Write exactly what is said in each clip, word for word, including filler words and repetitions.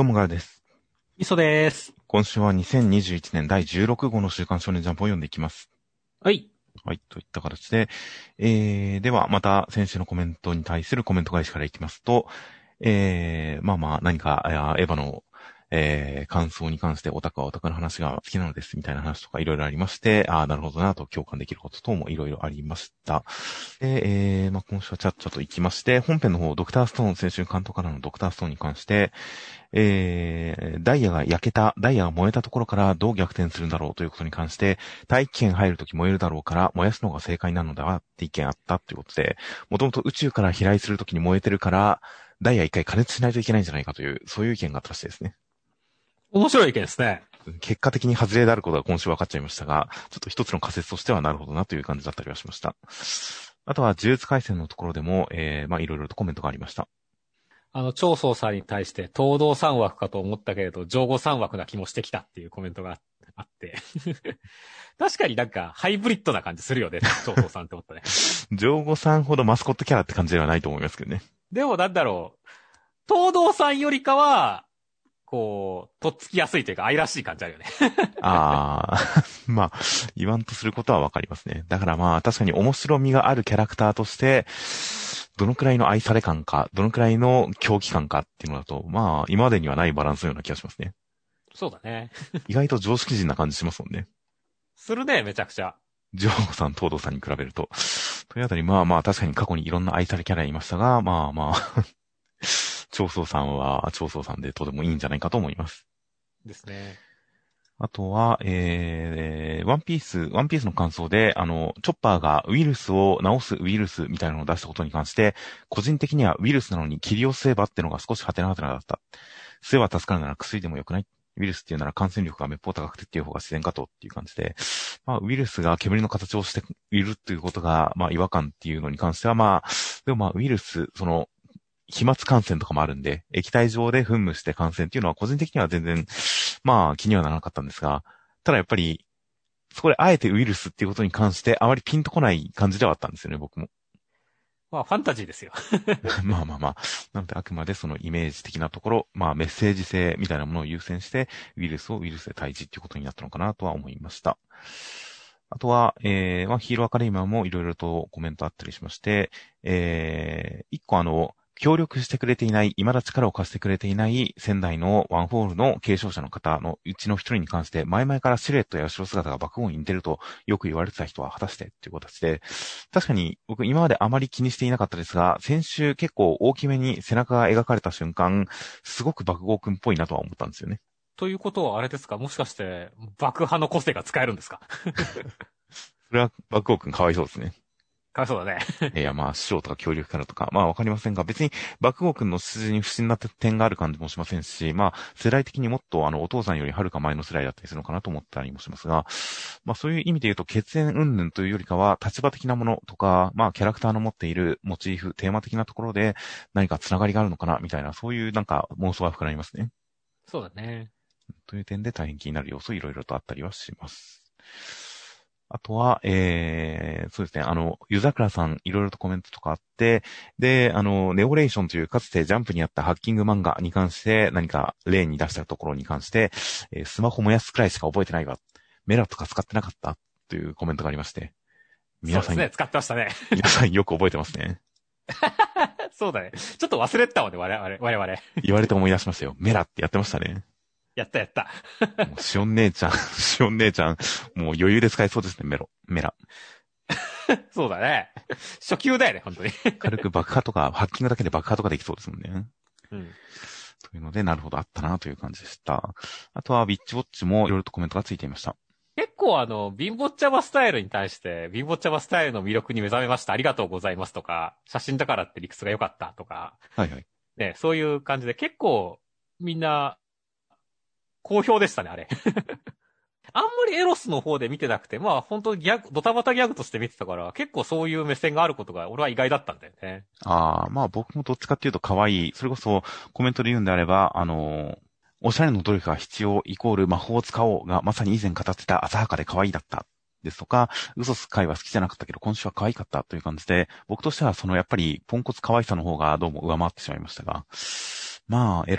どうもガラです。 磯です。 今週はにせんにじゅういちねんだいじゅうろくごうの週刊少年ジャンプを読んでいきます。 はい。 はい、といった形で、えー、ではまた先週のコメントに対するコメント返しからいきますと、えー、まあまあ何か、エヴァの、えー、感想に関してオタクはオタクの話が好きなのですみたいな話とかいろいろありまして、ああ、なるほどなと共感できること等もいろいろありました。で、えー、まあ今週はちゃっちゃと行きまして、本編の方、ドクターストーン、先週関東からのドクターストーンに関して、えー、ダイヤが焼けた、ダイヤが燃えたところからどう逆転するんだろうということに関して、大気圏入るとき燃えるだろうから燃やすのが正解なのだわって意見あったということで、もともと宇宙から飛来するときに燃えてるから、ダイヤ一回加熱しないといけないんじゃないかという、そういう意見があったらしいですね。 面白い意見ですね。 結果的に外れであることが今週分かっちゃいましたが、ちょっと一つの仮説としてはなるほどなという感じだったりはしました。あとは、呪術回戦のところでも、えー、まあいろいろとコメントがありました。 あの、長宗さんに対して、東堂三枠かと思ったけれど、上後三枠な気もしてきたっていうコメントがあって。確かになんか、ハイブリッドな感じするよね、長宗さんって思ったね。 上後さんほどマスコットキャラって感じではないと思いますけどね。 でもなんだろう。東堂さんよりかは、こう、とっつきやすいというか、愛らしい感じあるよね。 ああ、まあ、言わんとすることはわかりますね。だからまあ、確かに面白みがあるキャラクターとして、どのくらいの愛され感か、どのくらいの狂気感かっていうのだと、まあ、今までにはないバランスのような気がしますね。 そうだね。 意外と常識人な感じしますもんね。 するね、めちゃくちゃ。 ジョーさん、東堂さんに比べると。というあたり、まあまあ、確かに過去にいろんな愛されキャラいましたが、まあまあ、長宗さんは長宗さんでとてもいいんじゃないかと思います。 ですね。 あとは、えー、ワンピース、ワンピースの感想で、あの、チョッパーがウイルスを治すウイルスみたいなのを出したことに関して、個人的にはウイルスなのに霧を吸えばってのが少しハテナハテナだった。吸えば助かるなら薬でもよくない？ウイルスっていうなら感染力がめっぽう高くてっていう方が自然かとっていう感じで、まあ、ウイルスが煙の形をしているっていうことが、まあ、違和感っていうのに関しては、まあ、でもまあ、ウイルス、その、飛沫感染とかもあるんで、液体上で噴霧して感染っていうのは個人的には全然、まあ気にはならなかったんですが、ただやっぱり、そこであえてウイルスっていうことに関してあまりピンとこない感じではあったんですよね、僕も。 まあ、ファンタジーですよ。 まあまあまあ。なのであくまでそのイメージ的なところ、まあメッセージ性みたいなものを優先して、ウイルスをウイルスで退治っていうことになったのかなとは思いました。あとは、えー、まあヒーローアカデミアもいろいろとコメントあったりしまして、えー、一個あの、協力してくれていない、未だ力を貸してくれていない仙台のワンホールの継承者の方のうちの一人に関して、前々からシルエットや後ろ姿が爆音に似てるとよく言われてた人は果たしてっていう形で、確かに僕今まであまり気にしていなかったですが、先週結構大きめに背中が描かれた瞬間、すごく爆豪くんっぽいなとは思ったんですよね。 ということはあれですか？もしかして、爆破の個性が使えるんですか？ それは爆豪くんかわいそうですね。 かわいそうだね。 いや、まあ、師匠とか協力からとか、まあわかりませんが、別に、爆豪くんの出自に不審な点がある感じもしませんし、まあ、世代的にもっと、あの、お父さんよりはるか前の世代だったりするのかなと思ったりもしますが、まあ、そういう意味で言うと、血縁云々というよりかは、立場的なものとか、まあ、キャラクターの持っているモチーフ、テーマ的なところで、何か繋がりがあるのかな、みたいな、そういうなんか妄想は膨らみますね。 そうだね。 という点で大変気になる要素、いろいろとあったりはします。あとは、えー、そうですね、あの、ゆざくらさん、いろいろとコメントとかあって、で、あの、ネオレーションというかつてジャンプにあったハッキング漫画に関して何か例に出したところに関して、えー、スマホ燃やすくらいしか覚えてないわ。メラとか使ってなかったというコメントがありまして、皆さん、 そうですね。使ってましたね。 皆さんよく覚えてますね。 そうだね。ちょっと忘れてたもんね、我々。我々。 言われて思い出しましたよ。メラってやってましたね。 やったやった。 もう、しおん姉ちゃん、しおん姉ちゃん、もう余裕で使えそうですね、メロ、メラ。 そうだね。初級だよね、本当に。 軽く爆破とか、ハッキングだけで爆破とかできそうですもんね。 うん。 というので、なるほど、あったなという感じでした。あとは、ビッチウォッチもいろいろとコメントがついていました。 結構あの、貧乏茶葉スタイルに対して、貧乏茶葉スタイルの魅力に目覚めました。ありがとうございますとか、写真だからって理屈が良かったとか、 はいはい。 ね、そういう感じで結構、みんな、好評でしたね、あれ。あんまりエロスの方で見てなくて、まあ本当ギャグ、ドタバタギャグとして見てたから、結構そういう目線があることが俺は意外だったんだよね。 ああ、まあ僕もどっちかっていうと可愛い。それこそコメントで言うんであれば、あのー、おしゃれの努力が必要イコール魔法を使おうがまさに以前語ってた浅はかで可愛いだった。ですとか、嘘つく回は好きじゃなかったけど今週は可愛かったという感じで、僕としてはそのやっぱりポンコツ可愛さの方がどうも上回ってしまいましたが、まあエロ。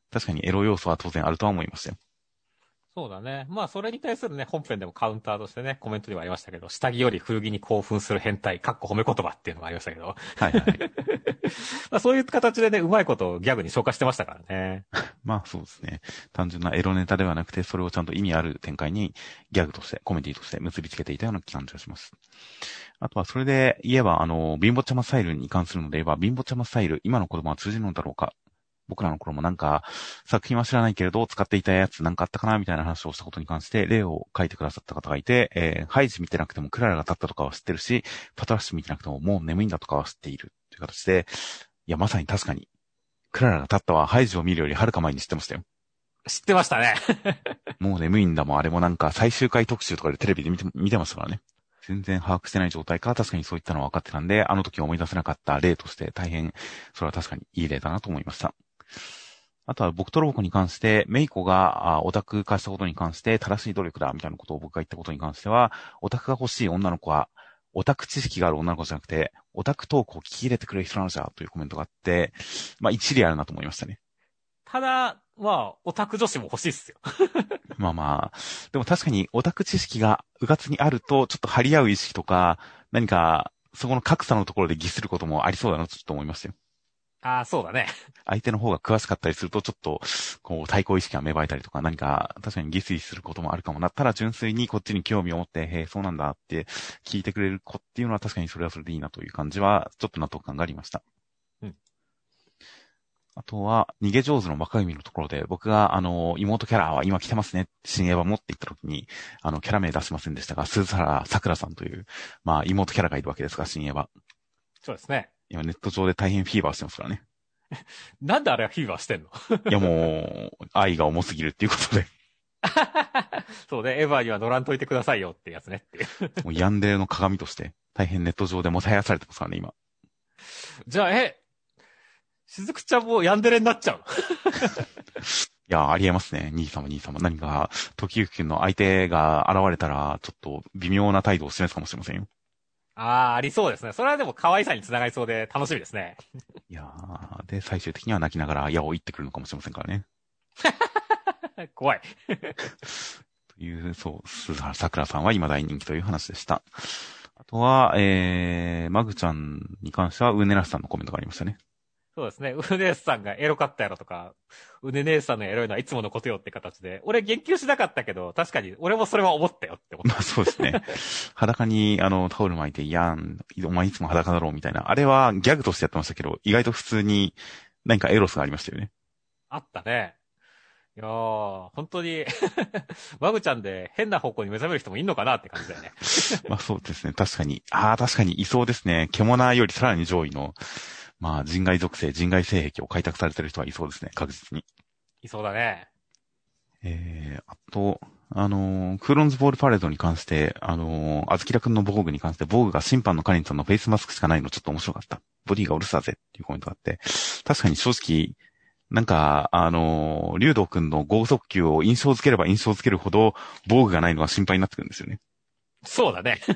確かにエロ要素は当然あるとは思いましたよ。 そうだね。まあ、それに対するね、本編でもカウンターとしてね、コメントにもありましたけど、下着より古着に興奮する変態、かっこ褒め言葉っていうのもありましたけど。 はいはい。 まあ、そういう形でね、うまいことをギャグに消化してましたからね。 まあそうですね。単純なエロネタではなくて、それをちゃんと意味ある展開にギャグとして、コメディとして結びつけていたような感じがします。あとはそれで言えば、あの、貧乏ちゃまスタイルに関するので言えば、貧乏ちゃまスタイル、今の子供は通じるのだろうか。僕らの頃もなんか、作品は知らないけれど、使っていたやつなんかあったかなみたいな話をしたことに関して、例を書いてくださった方がいて、えー、ハイジ見てなくてもクララが立ったとかは知ってるし、パトラッシュ見てなくてももう眠いんだとかは知っている。という形で、いや、まさに確かに、クララが立ったはハイジを見るよりはるか前に知ってましたよ。 知ってましたね。 もう眠いんだもん、あれもなんか最終回特集とかでテレビで見て、見てましたからね。全然把握してない状態か、確かにそういったのは分かってたんで、あの時思い出せなかった例として大変、それは確かにいい例だなと思いました。あとは僕とロボコに関して、メイコがオタク化したことに関して正しい努力だみたいなことを僕が言ったことに関しては、オタクが欲しい女の子は、オタク知識がある女の子じゃなくて、オタクトークを聞き入れてくれる人なのじゃというコメントがあって、まあ一理あるなと思いましたね。 ただ、まあ、オタク女子も欲しいっすよ。 まあまあ、でも確かにオタク知識がうかつにあると、ちょっと張り合う意識とか、何か、そこの格差のところで疑することもありそうだなとちょっと思いましたよ。 ああ、そうだね。 相手の方が詳しかったりすると、ちょっと、こう、対抗意識が芽生えたりとか、何か、確かに疑推することもあるかもな。ただ純粋にこっちに興味を持って、へえ、そうなんだって聞いてくれる子っていうのは確かにそれはそれでいいなという感じは、ちょっと納得感がありました。 うん。 あとは、逃げ上手の若君のところで、僕が、あの、妹キャラは今来てますね、新エヴァ持って言った時に、あの、キャラ名出しませんでしたが、鈴原桜さんという、まあ、妹キャラがいるわけですが、新エヴァ。 そうですね。 今ネット上で大変フィーバーしてますからね。 なんであれはフィーバーしてんの？ いやもう、愛が重すぎるっていうことで。 そうね、エヴァには乗らんといてくださいよってやつねっていう。 もうヤンデレの鏡として、大変ネット上でもたやされてますからね、今。 じゃあ、え、しずくちゃんもヤンデレになっちゃうの？ いや、ありえますね。兄様、兄様。何か、時行くんの相手が現れたら、ちょっと微妙な態度を示すかもしれませんよ。 ああ、ありそうですね。それはでも可愛さにつながりそうで楽しみですね。 いやー、で、最終的には泣きながら矢を言ってくるのかもしれませんからね。 怖い。 という、そう、鈴原桜さんは今大人気という話でした。あとは、えー、マグちゃんに関しては、ウーネラスさんのコメントがありましたね。 そうですね。ウネスさんがエロかったやろとか、ウネ姉さんのエロいのはいつものことよって形で、俺言及しなかったけど、確かに俺もそれは思ったよって思った。 まあそうですね。裸に、あの、タオル巻いて、いやん、お前いつも裸だろうみたいな。あれはギャグとしてやってましたけど、意外と普通に何かエロスがありましたよね。 あったね。いやー、本当に、マグちゃんで変な方向に目覚める人もいんのかなって感じだよね。 まあそうですね。確かに。ああ、確かにいそうですね。獣よりさらに上位の、まあ人外属性、人外性癖を開拓されてる人はいそうですね。確実に。 いそうだね。 えー、あと、あのー、クーロンズボールパレードに関して、あのー、あずきらくんの防具に関して、防具が審判のカリンさんのフェイスマスクしかないのちょっと面白かった。ボディがうるさぜっていうコメントがあって、確かに正直、なんか、あのー、竜道くんの剛速球を印象づければ印象づけるほど、防具がないのが心配になってくるんですよね。 そうだね。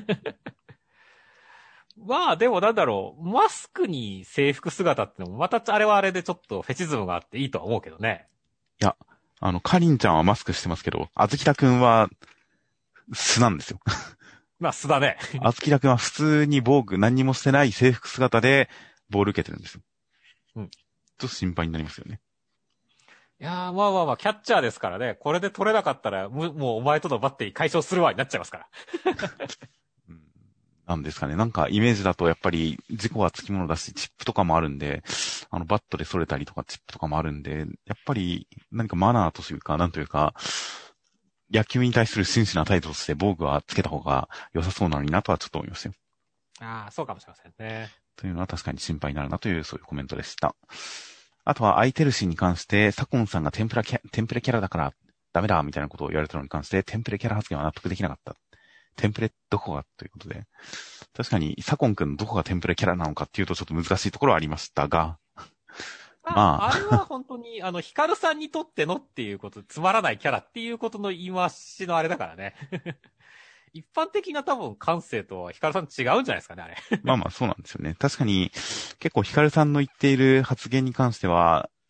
まあ、でもなんだろう、マスクに制服姿ってのも、またあれはあれでちょっとフェチズムがあっていいとは思うけどね。 いや、あの、カリンちゃんはマスクしてますけど、あずきらくんは、素なんですよ。 まあ、素だね。 あずきらくんは普通に防具何にもしてない制服姿で、ボール受けてるんですよ。 うん。 ちょっと心配になりますよね。 いやー、まあまあまあ、キャッチャーですからね。これで取れなかったら、もうお前とのバッテリー解消するわになっちゃいますから。 うんなんですかね。なんかイメージだとやっぱり事故はつきものだし、チップとかもあるんで、あのバットで逸れたりとかチップとかもあるんで、やっぱり何かマナーというか、なんというか、野球に対する真摯な態度として防具はつけた方が良さそうなのになとはちょっと思いましたよ。 ああ、そうかもしれませんね。 というのは確かに心配になるなというそういうコメントでした。あとはアイテルシーに関して、サコンさんがテンプラキャ、テンプレキャラだからダメだみたいなことを言われたのに関して、テンプレキャラ発言は納得できなかった。テンプレどこがということで。確かに、サコン君のどこがテンプレキャラなのかっていうとちょっと難しいところはありましたが。 ままあ、あれは本当に、あの、ヒカルさんにとってのっていうこと、つまらないキャラっていうことの言い回しのあれだからね。一般的な多分感性とヒカルさん違うんじゃないですかね、あれ。 まあまあそうなんですよね。確かに、結構ヒカルさんの言っている発言に関しては、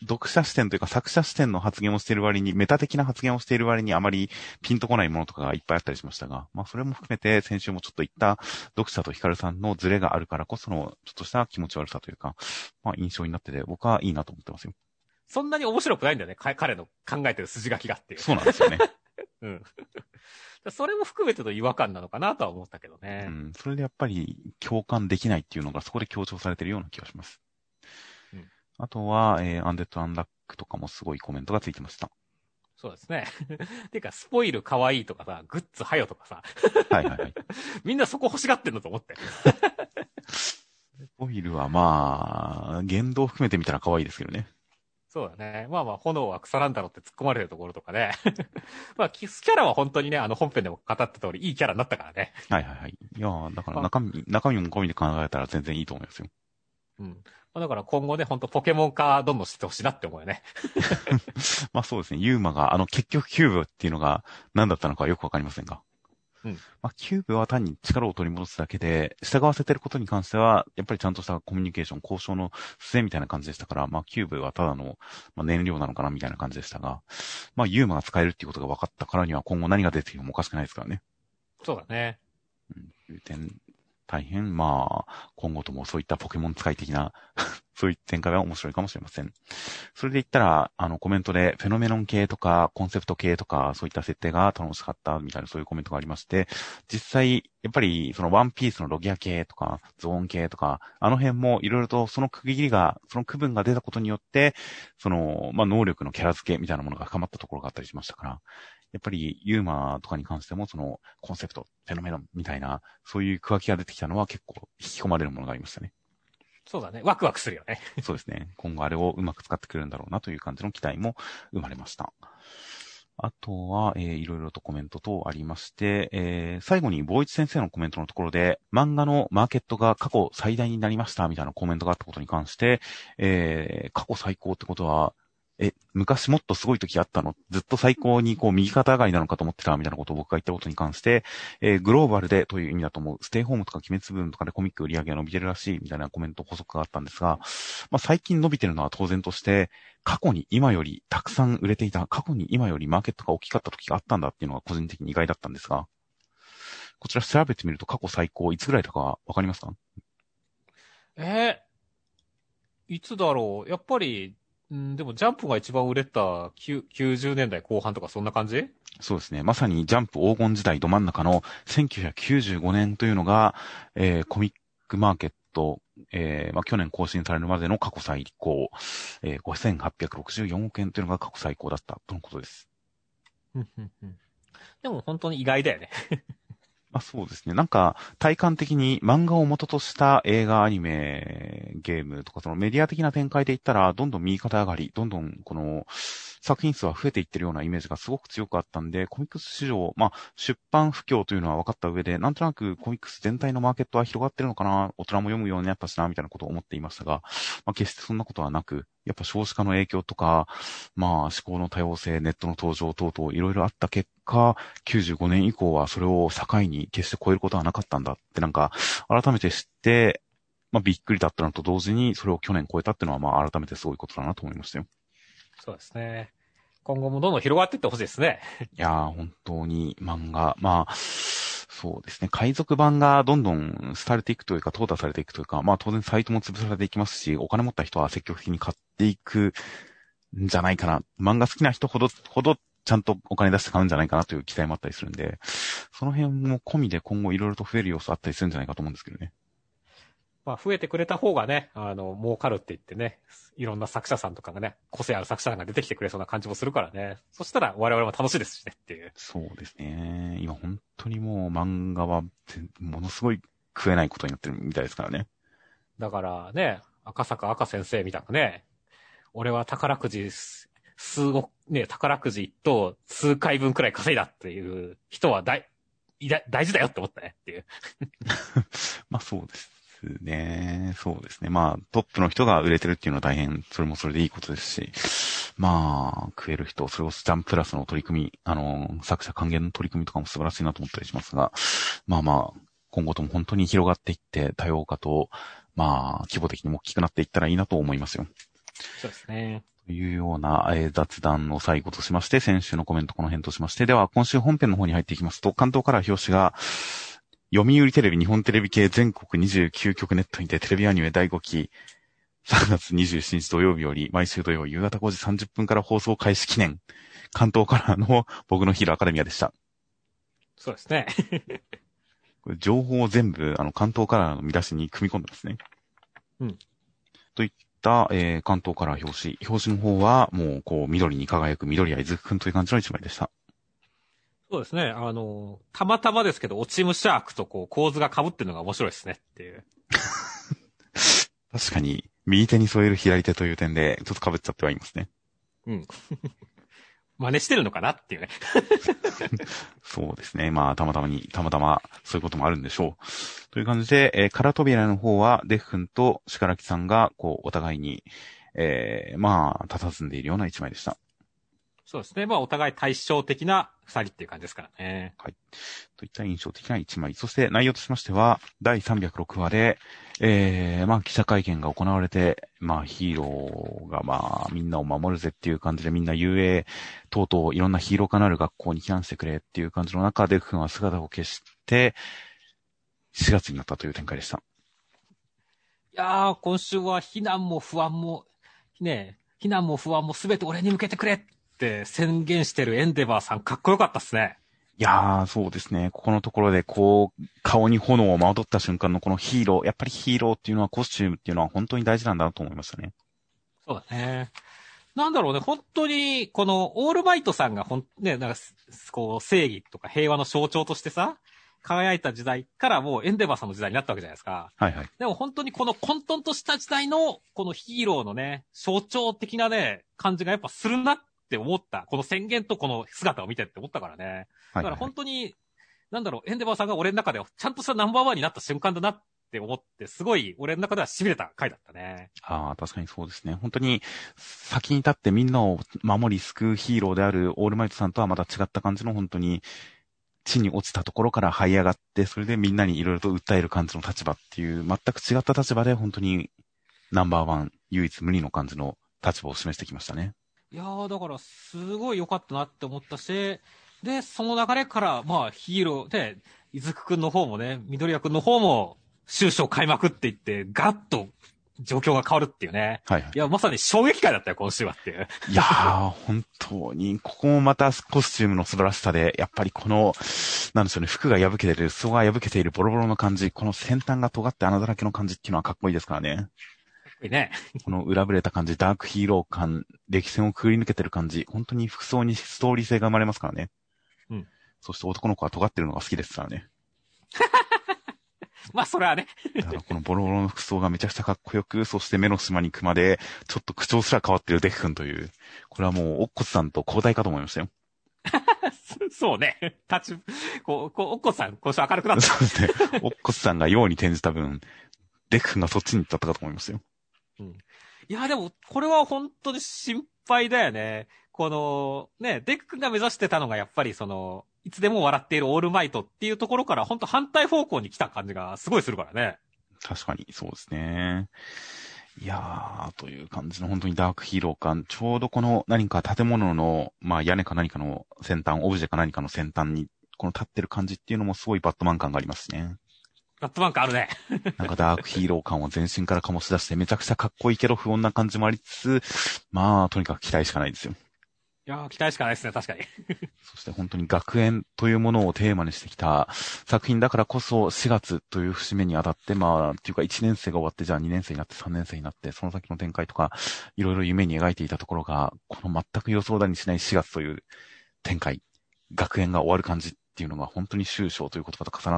読者視点というか作者視点の発言をしている割に、メタ的な発言をしている割にあまりピンとこないものとかがいっぱいあったりしましたが、まあそれも含めて先週もちょっと言った読者とヒカルさんのズレがあるからこそのちょっとした気持ち悪さというか、まあ印象になってて僕はいいなと思ってますよ。 そんなに面白くないんだよね、彼の考えてる筋書きがっていう。 そうなんですよね。 うん。それも含めての違和感なのかなとは思ったけどね。 うん。それでやっぱり共感できないっていうのがそこで強調されているような気がします。うん、あとは、えー、アンデッド・アンラックとかもすごいコメントがついてました。 そうですね。てか、スポイル可愛いとかさ、グッズはよとかさ。 はいはいはい。 みんなそこ欲しがってんのと思って。 スポイルはまあ、言動含めてみたら可愛いですけどね。 そうだね。まあまあ、炎は腐らんだろって突っ込まれるところとかね。まあ、キスキャラは本当にね、あの本編でも語った通り、いいキャラになったからね。 はいはいはい。いやだから中身、まあ、中身も込みで考えたら全然いいと思いますよ。 うん。まあ、だから今後ね、本当ポケモン化どんどんしてほしいなって思うよね。 まあそうですね。ユーマが、あの結局キューブっていうのが何だったのかよくわかりませんが。うん。まあ、キューブは単に力を取り戻すだけで、従わせてることに関しては、やっぱりちゃんとしたコミュニケーション、交渉の末みたいな感じでしたから、まあ、キューブはただの、まあ、燃料なのかなみたいな感じでしたが、まあ、ユーマが使えるっていうことが分かったからには、今後何が出てきてもおかしくないですからね。 そうだね。 うん、という点、大変、まあ、今後ともそういったポケモン使い的な、そういう展開は面白いかもしれません。それで言ったら、あの、コメントで、フェノメノン系とか、コンセプト系とか、そういった設定が楽しかったみたいな、そういうコメントがありまして、実際、やっぱり、そのワンピースのロギア系とか、ゾーン系とか、あの辺もいろいろとその区切りが、その区分が出たことによって、その、まあ、能力のキャラ付けみたいなものが深まったところがあったりしましたから、やっぱり、ユーマとかに関しても、その、コンセプト、フェノメノンみたいな、そういう区分けが出てきたのは結構引き込まれるものがありましたね。 そうだね。ワクワクするよね。 そうですね。今後あれをうまく使ってくれるんだろうなという感じの期待も生まれました。あとは、えー、いろいろとコメント等ありまして、えー、最後に、坊一先生のコメントのところで、漫画のマーケットが過去最大になりましたみたいなコメントがあったことに関して、えー、過去最高ってことは、え、昔もっとすごい時あったの？ずっと最高にこう右肩上がりなのかと思ってたみたいなことを僕が言ったことに関して、えー、グローバルでという意味だと思う。ステイホームとか鬼滅分とかでコミック売り上げが伸びてるらしいみたいなコメント補足があったんですが、まあ最近伸びてるのは当然として、過去に今よりたくさん売れていた、過去に今よりマーケットが大きかった時があったんだっていうのが個人的に意外だったんですが、こちら調べてみると過去最高いつぐらいだかわかりますか？ えー、いつだろう？やっぱり、んでもジャンプが一番売れたきゅうじゅうねんだいこう半とかそんな感じ？ そうですね。まさにジャンプ黄金時代ど真ん中のせんきゅうひゃくきゅうじゅうごねんというのが、えー、コミックマーケット、えー、まあ、去年更新されるまでの過去最高、えー、ごせんはっぴゃくろくじゅうよんおくえんというのが過去最高だったとのことです。 でも本当に意外だよね。 まあ、そうですね。なんか、体感的に漫画を元とした映画、アニメ、ゲームとか、そのメディア的な展開で言ったら、どんどん右肩上がり、どんどんこの、作品数は増えていってるようなイメージがすごく強くあったんで、コミックス市場、まあ、出版不況というのは分かった上で、なんとなくコミックス全体のマーケットは広がってるのかな、大人も読むようになったしな、みたいなことを思っていましたが、まあ、決してそんなことはなく、やっぱ少子化の影響とか、まあ、思考の多様性、ネットの登場等々いろいろあった結果、きゅうじゅうごねん以降はそれを境に決して超えることはなかったんだってなんか、改めて知って、まあ、びっくりだったのと同時に、それを去年超えたっていうのは、まあ、改めてすごいことだなと思いましたよ。 そうですね。今後もどんどん広がっていってほしいですね。 いやー、本当に漫画、まあ、そうですね。海賊版がどんどん廃れていくというか、淘汰されていくというか、まあ当然サイトも潰されていきますし、お金持った人は積極的に買っていくんじゃないかな。漫画好きな人ほど、ほどちゃんとお金出して買うんじゃないかなという期待もあったりするんで、その辺も込みで今後いろいろと増える要素あったりするんじゃないかと思うんですけどね。 まあ、増えてくれた方がね、あの、儲かるって言ってね、いろんな作者さんとかがね、個性ある作者さんが出てきてくれそうな感じもするからね。そしたら我々も楽しいですしねっていう。 そうですね。今本当にもう漫画はものすごい食えないことになってるみたいですからね。 だからね、赤坂赤先生みたいなね、俺は宝くじ、数億、ね、宝くじ一等数回分くらい稼いだっていう人は大、大事だよって思ったねっていう。 まあそうです。ね。そうですね。まあ、トップの人が売れてるっていうのは大変、それもそれでいいことですし、まあ、食える人、それをスジャンプラスの取り組み、あの、作者還元の取り組みとかも素晴らしいなと思ったりしますが、まあまあ、今後とも本当に広がっていって、多様化と、まあ、規模的にも大きくなっていったらいいなと思いますよ。 そうですね。 というような、えー、雑談の最後としまして、先週のコメントこの辺としまして、では今週本編の方に入っていきますと、関東カラー表紙が、読売テレビ日本テレビ系全国にじゅうきゅうきょくネットにてテレビアニメだいごきさんがつにじゅうしちにち土曜日より毎週土曜夕方ごじさんじゅっぷんから放送開始記念、関東カラーの僕のヒーローアカデミアでした。 そうですね。 これ情報を全部あの関東カラーの見出しに組み込んでますね。 うん。 といった、えー、関東カラー表紙。表紙の方はもうこう緑に輝く緑谷いずくくんという感じの一枚でした。 そうですね。あの、たまたまですけど、落ち武者悪とこう構図が被ってるのが面白いですねっていう。 確かに、右手に添える左手という点で、ちょっと被っちゃってはいますね。 うん。真似してるのかなっていうね。 そうですね。まあ、たまたまに、たまたま、そういうこともあるんでしょう。という感じで、えー、カラ扉の方は、デフ君とシカラキさんが、こう、お互いに、えー、まあ、佇んでいるような一枚でした。 そうですね。まあ、お互い対照的な二人っていう感じですからね。 はい。といった印象的な一枚。そして内容としましては、だいさんびゃくろくわで、えー、まあ記者会見が行われて、まあヒーローがまあみんなを守るぜっていう感じでみんな遊泳等々いろんなヒーロー化なる学校に避難してくれっていう感じの中で、君は姿を消して、しがつになったという展開でした。 いやー、今週は避難も不安も、ね、避難も不安もすべて俺に向けてくれって宣言してるエンデバーさんかっこよかったっすね。 いやー、そうですね。ここのところで、こう、顔に炎をまとった瞬間のこのヒーロー、やっぱりヒーローっていうのはコスチュームっていうのは本当に大事なんだなと思いましたね。 そうだね。なんだろうね、本当に、この、オールマイトさんがほん、ね、なんか、こう、正義とか平和の象徴としてさ、輝いた時代からもうエンデバーさんの時代になったわけじゃないですか。 はいはい。 でも本当にこの混沌とした時代の、このヒーローのね、象徴的なね、感じがやっぱするなって思った。この宣言とこの姿を見てって思ったからね。だから本当に、なんだろう、エンデバーさんが俺の中でちゃんとしたナンバーワンになった瞬間だなって思って、すごい俺の中では痺れた回だったね。 ああ、確かにそうですね。本当に、先に立ってみんなを守り救うヒーローであるオールマイトさんとはまた違った感じの本当に、地に落ちたところから這い上がって、それでみんなにいろいろと訴える感じの立場っていう、全く違った立場で本当にナンバーワン、唯一無二の感じの立場を示してきましたね。 いやー、だからすごい良かったなって思ったし、で、その流れから、まあヒーローで、伊豆くんの方もね、緑谷くんの方も、終始開幕って言って、ガラッと状況が変わるっていうね。 はい、はい。 いや、まさに衝撃回だったよ、今週はっていう。 いやー、本当に、ここもまたコスチュームの素晴らしさで、やっぱりこの、なんでしょうね、服が破けてる、裾が破けているボロボロの感じ、この先端が尖って穴だらけの感じっていうのはかっこいいですからね。かっこいいね。 この裏ぶれた感じ、ダークヒーロー感、歴戦をくぐり抜けてる感じ、本当に服装にストーリー性が生まれますからね。 うん。 そして男の子は尖ってるのが好きですからね。 まあ、それはね。 だからこのボロボロの服装がめちゃくちゃかっこよく、そして目の島に熊で、ちょっと口調すら変わってるデク君という、これはもう、おっこつさんと交代かと思いましたよ。 そうね。立ち、こう、こう、おっこさん、今週明るくなった。 そうですね。おっこつさんが陽に転じた分、デク君がそっちに行ったかと思いますよ。 うん。いや、でも、これは本当に心配だよね。この、ね、デク君が目指してたのがやっぱりその、いつでも笑っているオールマイトっていうところから本当反対方向に来た感じがすごいするからね。 確かに、そうですね。いやー、という感じの本当にダークヒーロー感。ちょうどこの何か建物の、まあ屋根か何かの先端、オブジェか何かの先端に、この立ってる感じっていうのもすごいバットマン感がありますね。 バットマン感あるね。 なんかダークヒーロー感を全身から醸し出してめちゃくちゃかっこいいけど不穏な感じもありつつ、まあとにかく期待しかないですよ。 いやー、期待しかないですね、確かに。 そして本当に学園というものをテーマにしてきた作品だからこそしがつという節目にあたって、まあ、っていうかいちねん生が終わってじゃあにねん生になってさんねん生になって、その先の展開とか、いろいろ夢に描いていたところが、この全く予想だにしないしがつという展開、学園が終わる感じっていうのが本当に終章という言葉と重なって、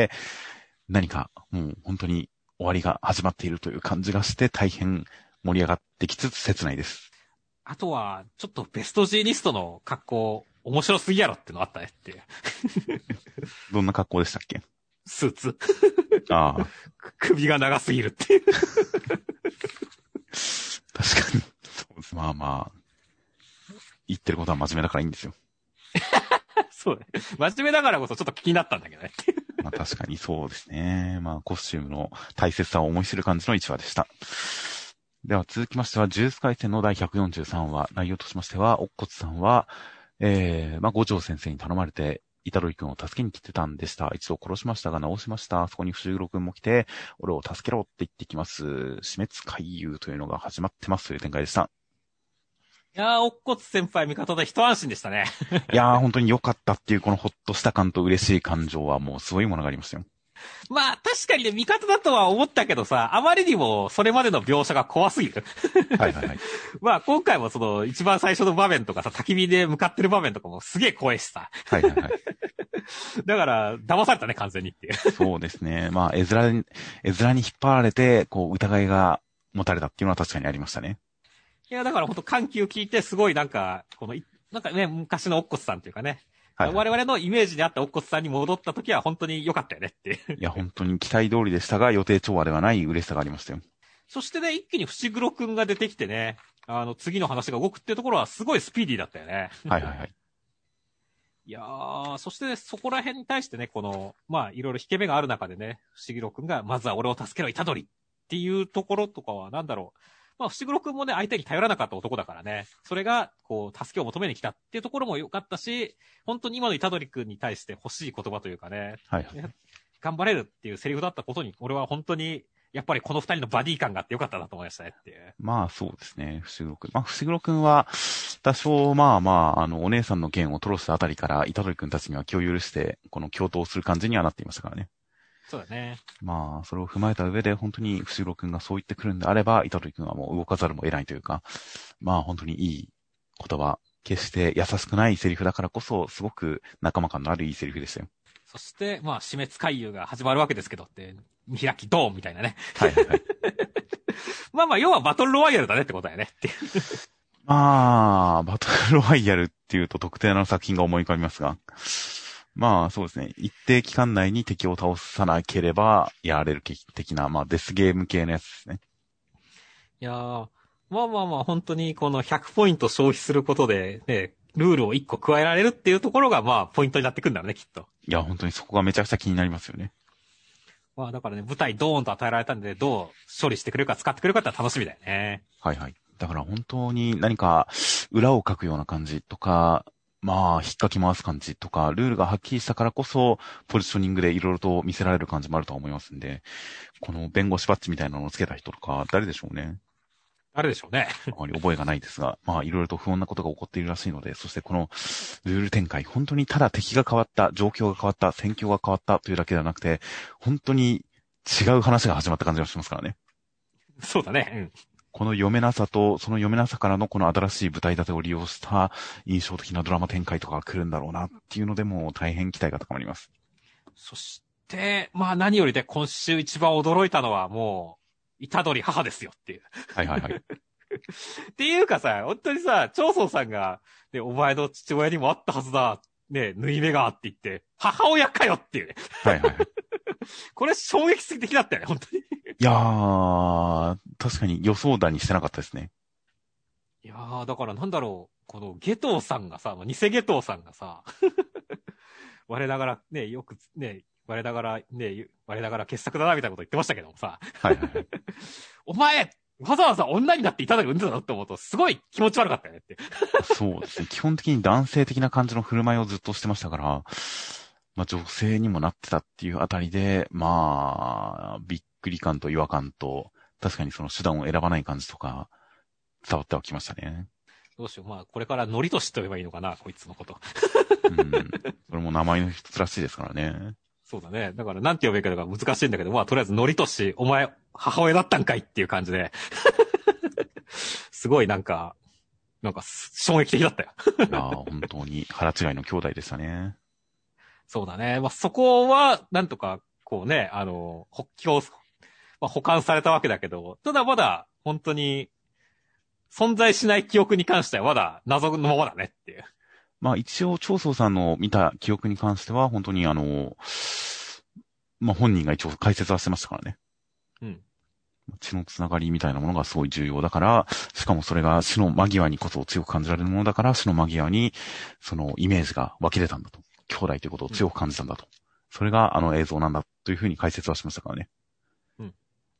何かもう本当に終わりが始まっているという感じがして大変盛り上がってきつつ切ないです。 あとは、ちょっとベストジーニストの格好、面白すぎやろってのあったねっていう。 どんな格好でしたっけ？ スーツ。 ああ。 首が長すぎるっていう。 確かに。そうです。まあまあ。言ってることは真面目だからいいんですよ。 そうね。真面目だからこそちょっと気になったんだけどね。 まあ確かにそうですね。まあコスチュームの大切さを思い知る感じの一話でした。 では続きましては、呪術廻戦のだいひゃくよんじゅうさんわ、内容としましては、乙骨さんは、えー、まあ、五条先生に頼まれて、イタドリ君を助けに来てたんでした。一度殺しましたが治しました。そこに伏黒君も来て、俺を助けろって言ってきます。死滅回遊というのが始まってますという展開でした。 いやー、乙骨先輩味方で一安心でしたね。 いやー、本当に良かったっていうこのほっとした感と嬉しい感情はもうすごいものがありましたよ。 まあ、確かにね、味方だとは思ったけどさ、あまりにもそれまでの描写が怖すぎる。 はいはいはい。 まあ、今回もその、一番最初の場面とかさ、焚き火で向かってる場面とかもすげえ怖いしさ。 はいはいはい。 だから、騙されたね、完全にっていう。 そうですね。まあ、絵面に、絵面に引っ張られて、こう、疑いが持たれたっていうのは確かにありましたね。 いや、だからほんと緩急聞いて、すごいなんか、この、なんかね、昔の乙骨さんっていうかね、はいはい、我々のイメージにあった乙骨さんに戻った時は本当に良かったよねっていう。 いや、本当に期待通りでしたが、予定調和ではない嬉しさがありましたよ。 そしてね、一気に伏黒くんが出てきてね、あの、次の話が動くっていうところはすごいスピーディーだったよね。 はいはいはい。 いやー、そしてね、そこら辺に対してね、この、まあ、いろいろ引け目がある中でね、伏黒くんが、まずは俺を助けろ、虎杖っていうところとかは、なんだろう。まあ、伏黒くんもね、相手に頼らなかった男だからね、それが、こう、助けを求めに来たっていうところも良かったし、本当に今の虎杖くんに対して欲しい言葉というかね、 はい、はい。 頑張れるっていうセリフだったことに、俺は本当に、やっぱりこの二人のバディ感があってよかったなと思いましたねっていう。 まあそうですね、伏黒くん。まあ伏黒くんは、多少まあまあ、あの、お姉さんの剣をトロしたあたりから、虎杖くんたちには気を許して、この共闘する感じにはなっていましたからね。 そうだね。 まあ、それを踏まえた上で、本当に伏黒くんがそう言ってくるんであれば、虎杖くんはもう動かざるも得ないというか、まあ本当にいい言葉、決して優しくないセリフだからこそ、すごく仲間感のあるいいセリフでしたよ。 そして、まあ、死滅回遊が始まるわけですけどって、見開きドーンみたいなね。 はいはいはい。 まあまあ、要はバトルロワイヤルだねってことだよねっていう。 まあ、バトルロワイヤルっていうと特定の作品が思い浮かびますが、まあそうですね。一定期間内に敵を倒さなければやられる的な、まあデスゲーム系のやつですね。 いやー、まあまあまあ本当にこのひゃくポイント消費することで、ね、ルールをいっこ加えられるっていうところがまあポイントになってくるんだろうね、きっと。 いや、本当にそこがめちゃくちゃ気になりますよね。 まあだからね、舞台ドーンと与えられたんで、どう処理してくれるか使ってくれるかって楽しみだよね。 はいはい。だから本当に何か裏を書くような感じとか、まあ、引っかき回す感じとか、ルールがはっきりしたからこそ、ポジショニングでいろいろと見せられる感じもあると思いますんで、この弁護士バッジみたいなのをつけた人とか、誰でしょうね。 誰でしょうね。 あまり覚えがないですが、まあ、いろいろと不穏なことが起こっているらしいので、そしてこのルール展開、本当にただ敵が変わった、状況が変わった、戦況が変わったというだけではなくて、本当に違う話が始まった感じがしますからね。 そうだね。うん。 この読めなさと、その読めなさからのこの新しい舞台立てを利用した印象的なドラマ展開とかが来るんだろうなっていうのでも大変期待が高まります。 そして、まあ何よりで今週一番驚いたのはもう、虎杖母ですよっていう。 はいはいはい。 っていうかさ、本当にさ、長宗さんが、ね、お前の父親にもあったはずだ、ね、縫い目があって言って、母親かよっていうね。 はいはいはい。 これ衝撃的だったよね、本当に。いやー、確かに予想だにしてなかったですね。 いやー、だからなんだろう、このゲトウさんがさ、偽ゲトウさんがさ、我ながらね、よくね、我ながらね、我ながら傑作だなみたいなこと言ってましたけどもさ、 はいはいはい。 お前わざわざ女になっていただくんだぞって思うと、すごい気持ち悪かったよねって。 そうですね。基本的に男性的な感じの振る舞いをずっとしてましたから、まあ女性にもなってたっていうあたりで、まあ、びっくり感と違和感と、確かにその手段を選ばない感じとか、伝わってはきましたね。 どうしよう。まあ、これからノリトシと言えばいいのかな、こいつのこと。 うん。それも名前の一つらしいですからね。 そうだね。だから、なんて呼べばいいかが難しいんだけど、まあ、とりあえずノリトシ、お前、母親だったんかいっていう感じで。すごいなんか、なんか、衝撃的だったよ。 いや本当に腹違いの兄弟でしたね。 そうだね。まあ、そこは、なんとか、こうね、あの、国境、まあ、保管されたわけだけど、ただまだ、本当に、存在しない記憶に関してはまだ謎のままだねっていう。 まあ一応、長宗さんの見た記憶に関しては、本当にあの、まあ本人が一応解説はしてましたからね。 うん。 血のつながりみたいなものがすごい重要だから、しかもそれが死の間際にこそ強く感じられるものだから、死の間際に、そのイメージが湧き出たんだと。兄弟ということを強く感じたんだと。うん、それがあの映像なんだというふうに解説はしましたからね。 うん。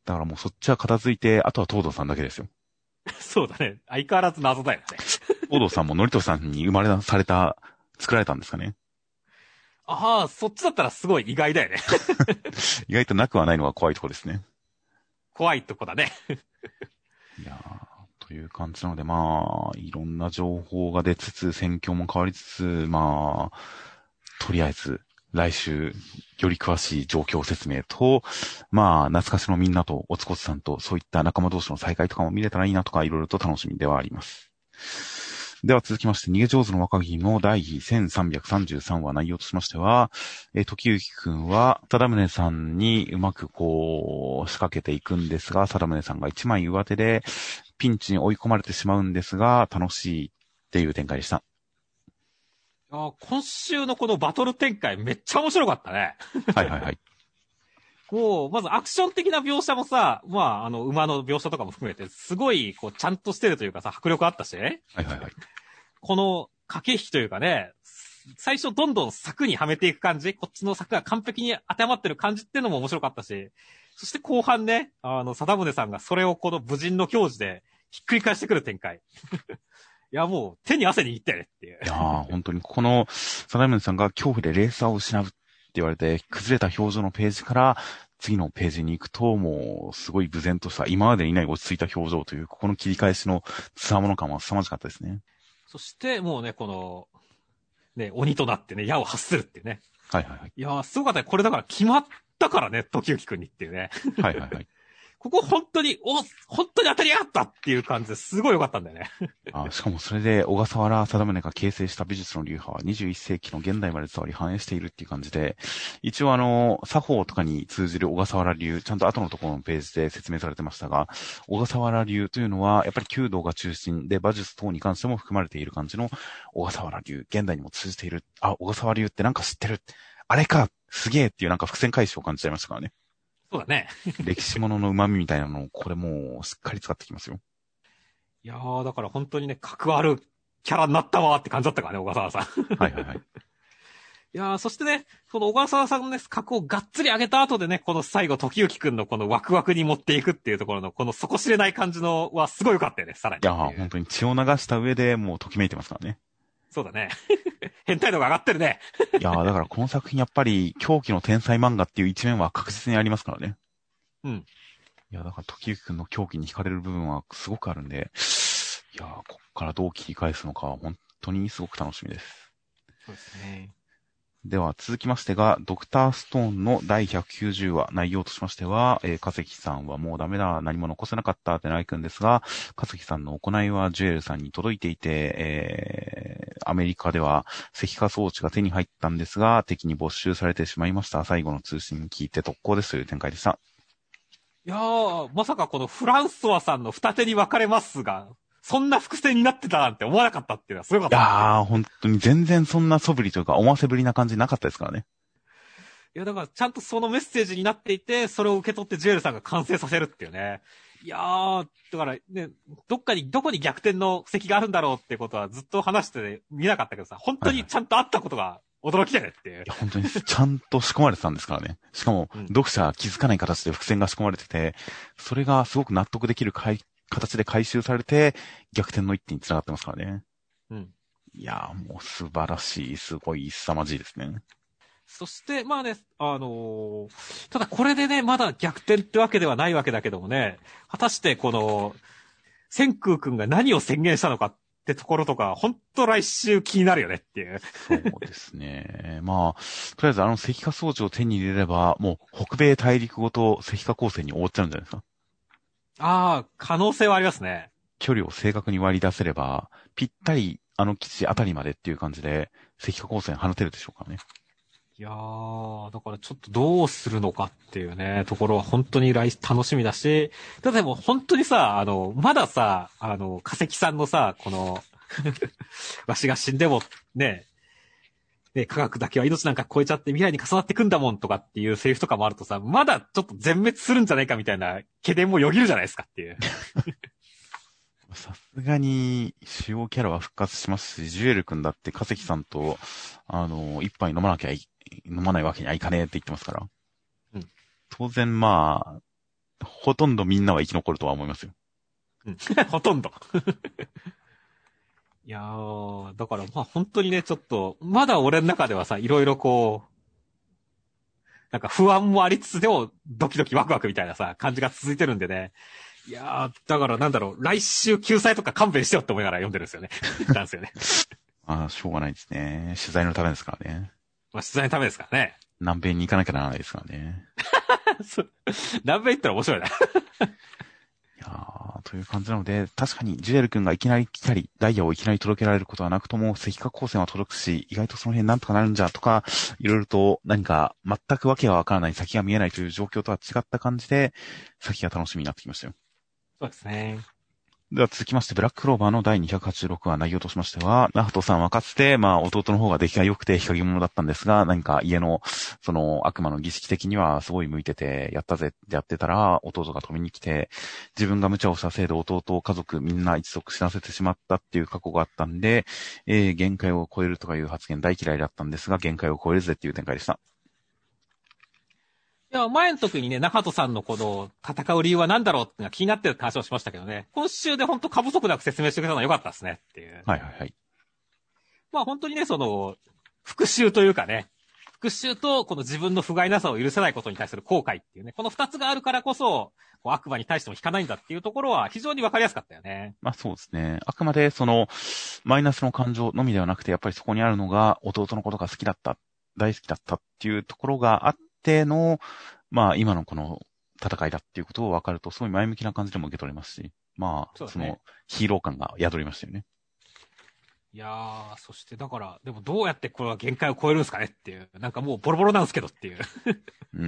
だからもうそっちは片付いて、あとは東堂さんだけですよ。 そうだね。相変わらず謎だよね。 東堂さんものりとさんに生まれされた、作られたんですかね。 ああ、そっちだったらすごい意外だよね。 意外となくはないのが怖いところですね。 怖いとこだね。 いやー、という感じなので、まあ、いろんな情報が出つつ、戦況も変わりつつ、まあ、とりあえず、来週、より詳しい状況説明と、まあ、懐かしのみんなと、おつこつさんと、そういった仲間同士の再会とかも見れたらいいなとか、いろいろと楽しみではあります。では続きまして、逃げ上手の若君の第せんさんびゃくさんじゅうさんわ内容としましては、えー、時行くんは、貞宗さんにうまくこう、仕掛けていくんですが、貞宗さんが一枚上手で、ピンチに追い込まれてしまうんですが、楽しいっていう展開でした。 あ今週のこのバトル展開めっちゃ面白かったね。 はいはいはい。 こう、まずアクション的な描写もさ、まあ、あの、馬の描写とかも含めて、すごい、こう、ちゃんとしてるというかさ、迫力あったし、はいはいはい。 この駆け引きというかね、最初どんどん柵にはめていく感じ、こっちの柵が完璧に当てはまってる感じっていうのも面白かったし、そして後半ね、あの、貞宗さんがそれをこの武人の教示でひっくり返してくる展開。いや、もう手に汗にいったよねっていう。 いやー、本当にこの、貞宗さんが恐怖でレーサーを失うって言われて、崩れた表情のページから、次のページに行くと、もう、すごい無然とした、今までにない落ち着いた表情という、ここの切り返しの強者感は凄まじかったですね。 そして、もうね、この、ね、鬼となってね、矢を発するっていうね。 はいはいはい。 いやー、すごかったね。これだから決まったからね、時行くんにっていうね。 はいはいはい。 ここ本当に、お、本当に当たりやがったっていう感じですごい良かったんだよね。 あしかもそれで、小笠原貞宗が形成した美術の流派はにじゅういっせいきの現代まで伝わり反映しているっていう感じで、一応あの、作法とかに通じる小笠原流、ちゃんと後のところのページで説明されてましたが、小笠原流というのは、やっぱり弓道が中心で、馬術等に関しても含まれている感じの小笠原流、現代にも通じている。あ、小笠原流ってなんか知ってる。あれか、すげえっていうなんか伏線回収を感じちゃいましたからね。 そうだね。 歴史ものの旨味みたいなのを、これもうしっかり使ってきますよ。 いやー、だから本当にね、格あるキャラになったわーって感じだったからね、小笠原さん。 はいはいはい。 いやー、そしてね、この小笠原さんのね、格をがっつり上げた後でね、この最後、時行くんのこのワクワクに持っていくっていうところの、この底知れない感じのはすごい良かったよね、さらに。 いやー、本当に血を流した上でもうときめいてますからね。 そうだね。変態度が上がってるね。 いやー、だからこの作品やっぱり狂気の天才漫画っていう一面は確実にありますからね。 うん。 いや、だから時行くんの狂気に惹かれる部分はすごくあるんで、いやー、こっからどう切り返すのかは本当にすごく楽しみです。 そうですね。 では続きましてが、ドクターストーンのだいひゃくきゅうじゅうわ、内容としましては、えー、かせきさんはもうダメだ、何も残せなかったってなりくんですが、かせきさんの行いはジュエルさんに届いていて、えー、アメリカでは石化装置が手に入ったんですが、敵に没収されてしまいました。最後の通信聞いて特攻ですという展開でした。 いやー、まさかこのフランソワさんの二手に分かれますが、そんな伏線になってたなんて思わなかったっていうのはすごかった。 いやー、本当に全然そんな素振りというか思わせぶりな感じなかったですからね。 いや、だからちゃんとそのメッセージになっていて、それを受け取ってジュエルさんが完成させるっていうね。いやー、だからね、どっかに、どこに逆転の布石があるんだろうってことはずっと話して見なかったけどさ、本当にちゃんとあったことが驚きだよねっていう。 いや、本当にちゃんと仕込まれてたんですからね。しかも、うん、読者気づかない形で伏線が仕込まれてて、それがすごく納得できるかい形で回収されて、逆転の一手に繋がってますからね。 うん。 いやー、もう素晴らしい、すごい凄まじいですね。 そして、まあね、あのー、ただこれでね、まだ逆転ってわけではないわけだけどもね、果たしてこの、千空くんが何を宣言したのかってところとか、ほんと来週気になるよねっていう。 そうですね。まあ、とりあえずあの石化装置を手に入れれば、もう北米大陸ごと石化光線に覆っちゃうんじゃないですか。 ああ、可能性はありますね。 距離を正確に割り出せれば、ぴったりあの基地あたりまでっていう感じで、石化光線放てるでしょうからね。 いやー、だからちょっとどうするのかっていうね、ところは本当に来楽しみだし、ただでも本当にさ、あの、まださ、あの、化石さんのさ、この、わしが死んでも、ね、ね、科学だけは命なんか超えちゃって未来に重なってくんだもんとかっていうセリフとかもあるとさ、まだちょっと全滅するんじゃないかみたいな懸念もよぎるじゃないですかっていう。 さすがに主要キャラは復活しますし、ジュエル君だって化石さんと、あの、一杯飲まなきゃい、飲まないわけにはいかねえって言ってますから。 うん。 当然まあ、 ほとんどみんなは生き残るとは思いますよ。 うん、ほとんど。いやー、だからまあ本当にね、ちょっと、まだ俺の中ではさ、いろいろこう、なんか不安もありつつでも、ドキドキワクワクみたいなさ、感じが続いてるんでね。いやー、だからなんだろう、来週救済とか勘弁してよって思いながら読んでるんですよね。なんですよね。 ああ、しょうがないですね。取材のためですからね。 まあ、取材のためですからね。 南米に行かなきゃならないですからね。 南米行ったら面白いな。 いやー、という感じなので、確かにジュエル君がいきなり来たり、ダイヤをいきなり届けられることはなくとも、石化光線は届くし、意外とその辺なんとかなるんじゃとか、いろいろと何か全くわけがわからない先が見えないという状況とは違った感じで、先が楽しみになってきましたよ。 そうですね。 では続きまして、ブラッククローバーのだいにひゃくはちじゅうろくわ内容としましては、ナフトさんはかつて、まあ弟の方が出来が良くて日陰者だったんですが、何か家の、その悪魔の儀式的にはすごい向いてて、やったぜってやってたら、弟が止めに来て、自分が無茶をしたせいで弟、家族みんな一族死なせてしまったっていう過去があったんで、えー、限界を超えるとかいう発言大嫌いだったんですが、限界を超えるぜっていう展開でした。 いや、前の時にね、中戸さんのこの戦う理由は何だろうってのが気になってるって話をしましたけどね。今週で本当過不足なく説明してくれたのは良かったですねっていう。 はいはいはい。 まあ本当にね、その、復讐というかね、復讐とこの自分の不甲斐なさを許せないことに対する後悔っていうね、この二つがあるからこそ、こう悪魔に対しても引かないんだっていうところは非常にわかりやすかったよね。 まあそうですね。あくまでその、マイナスの感情のみではなくて、やっぱりそこにあるのが、弟のことが好きだった、大好きだったっていうところがあっての、まあ今のこの戦いだっていうことを分かると、すごい前向きな感じでも受け取れますし、まあ、そ, ね、そのヒーロー感が宿りましたよね。 いやー、そしてだから、でもどうやってこれは限界を超えるんですかねっていう。なんかもうボロボロなんですけどっていう。 うん、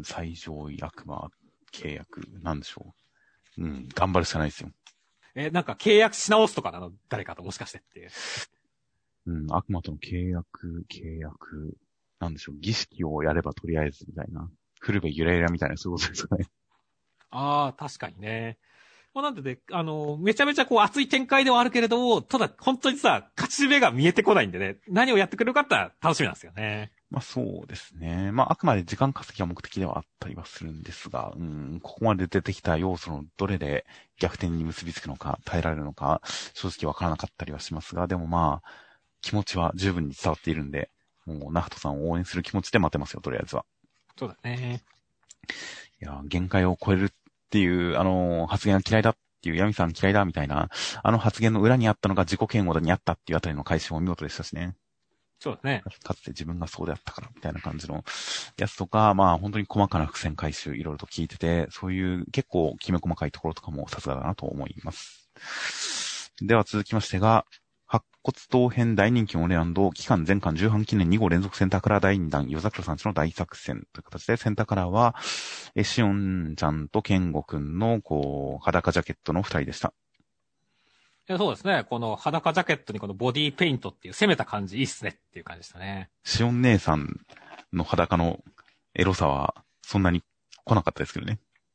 最上位悪魔契約、なんでしょう。うん、頑張るしかないですよ。 え、なんか契約し直すとかなの誰かともしかしてっていう。 うん、悪魔との契約、契約、なんでしょう、儀式をやればとりあえずみたいな。古部ゆらゆらみたいな、そういうことですかね。 ああ、確かにね。まあ、なんでね、あの、めちゃめちゃこう熱い展開ではあるけれども、ただ本当にさ、勝ち目が見えてこないんでね、何をやってくれるかって楽しみなんですよね。 まあそうですね。まああくまで時間稼ぎが目的ではあったりはするんですが、うん、ここまで出てきた要素のどれで逆転に結びつくのか、耐えられるのか、正直わからなかったりはしますが、でもまあ、気持ちは十分に伝わっているんで、もうナフトさんを応援する気持ちで待てますよ、とりあえずは。 そうだね。 いや、限界を超えるっていう、あの、発言が嫌いだっていう、ヤミさん嫌いだみたいな、あの発言の裏にあったのが自己嫌悪にあったっていうあたりの回収も見事でしたしね。 そうだね。 かつて自分がそうであったから、みたいな感じのやつとか、まあ本当に細かな伏線回収いろいろと聞いてて、そういう結構きめ細かいところとかもさすがだなと思います。では続きましてが、白骨刀編大人気オンレアンド、期間全巻重版記念に号連続センターカラーだいにだん、夜桜さんちの大作戦という形で、センターカラーは、え、しおんちゃんとケンゴくんの、こう、裸ジャケットの二人でした。 いやそうですね。この裸ジャケットにこのボディーペイントっていう攻めた感じいいっすねっていう感じでしたね。 しおん姉さんの裸のエロさは、そんなに来なかったですけどね。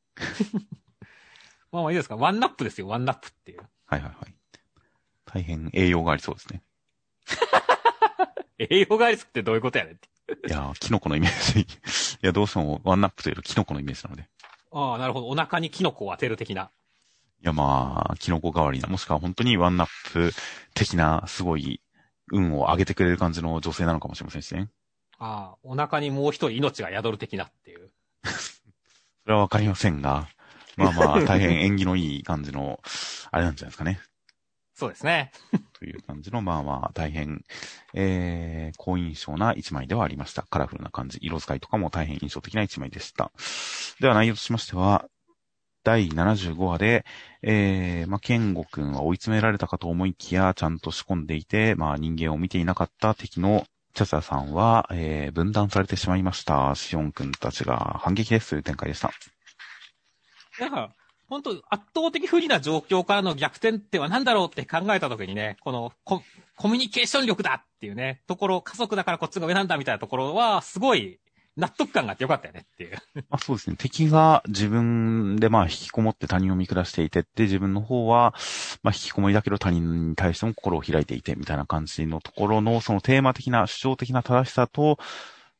まあまあいいですか。ワンナップですよ、ワンナップっていう。 はいはいはい。大変栄養がありそうですね。 栄養がありすってどういうことやねんって。 いやー、キノコのイメージ。いや、どうしてもワンナップというとキノコのイメージなので。 ああ、なるほど。お腹にキノコを当てる的な。 いや、まあ、キノコ代わりな、もしくは本当にワンナップ的な、すごい、運を上げてくれる感じの女性なのかもしれませんしね。 ああ、お腹にもう一人命が宿る的なっていう。 それはわかりませんが、まあまあ、大変縁起のいい感じの、あれなんじゃないですかね。 そうですね。 という感じの、まあまあ、大変、えー、好印象な一枚ではありました。カラフルな感じ、色使いとかも大変印象的な一枚でした。では内容としましては、だいななじゅうごわで、えー、まあ、ケンゴくんは追い詰められたかと思いきや、ちゃんと仕込んでいて、まあ、人間を見ていなかった敵のチャチャさんは、えー、分断されてしまいました。シオンくんたちが反撃ですという展開でした。 だから、本当圧倒的不利な状況からの逆転っては何だろうって考えたときにね、このコ、コミュニケーション力だっていうね、ところ、家族だからこっちが上なんだみたいなところは、すごい納得感があってよかったよねっていう。 まあそうですね。敵が自分でまあ引きこもって他人を見下していてって、自分の方はまあ引きこもりだけど他人に対しても心を開いていてみたいな感じのところのそのテーマ的な主張的な正しさと、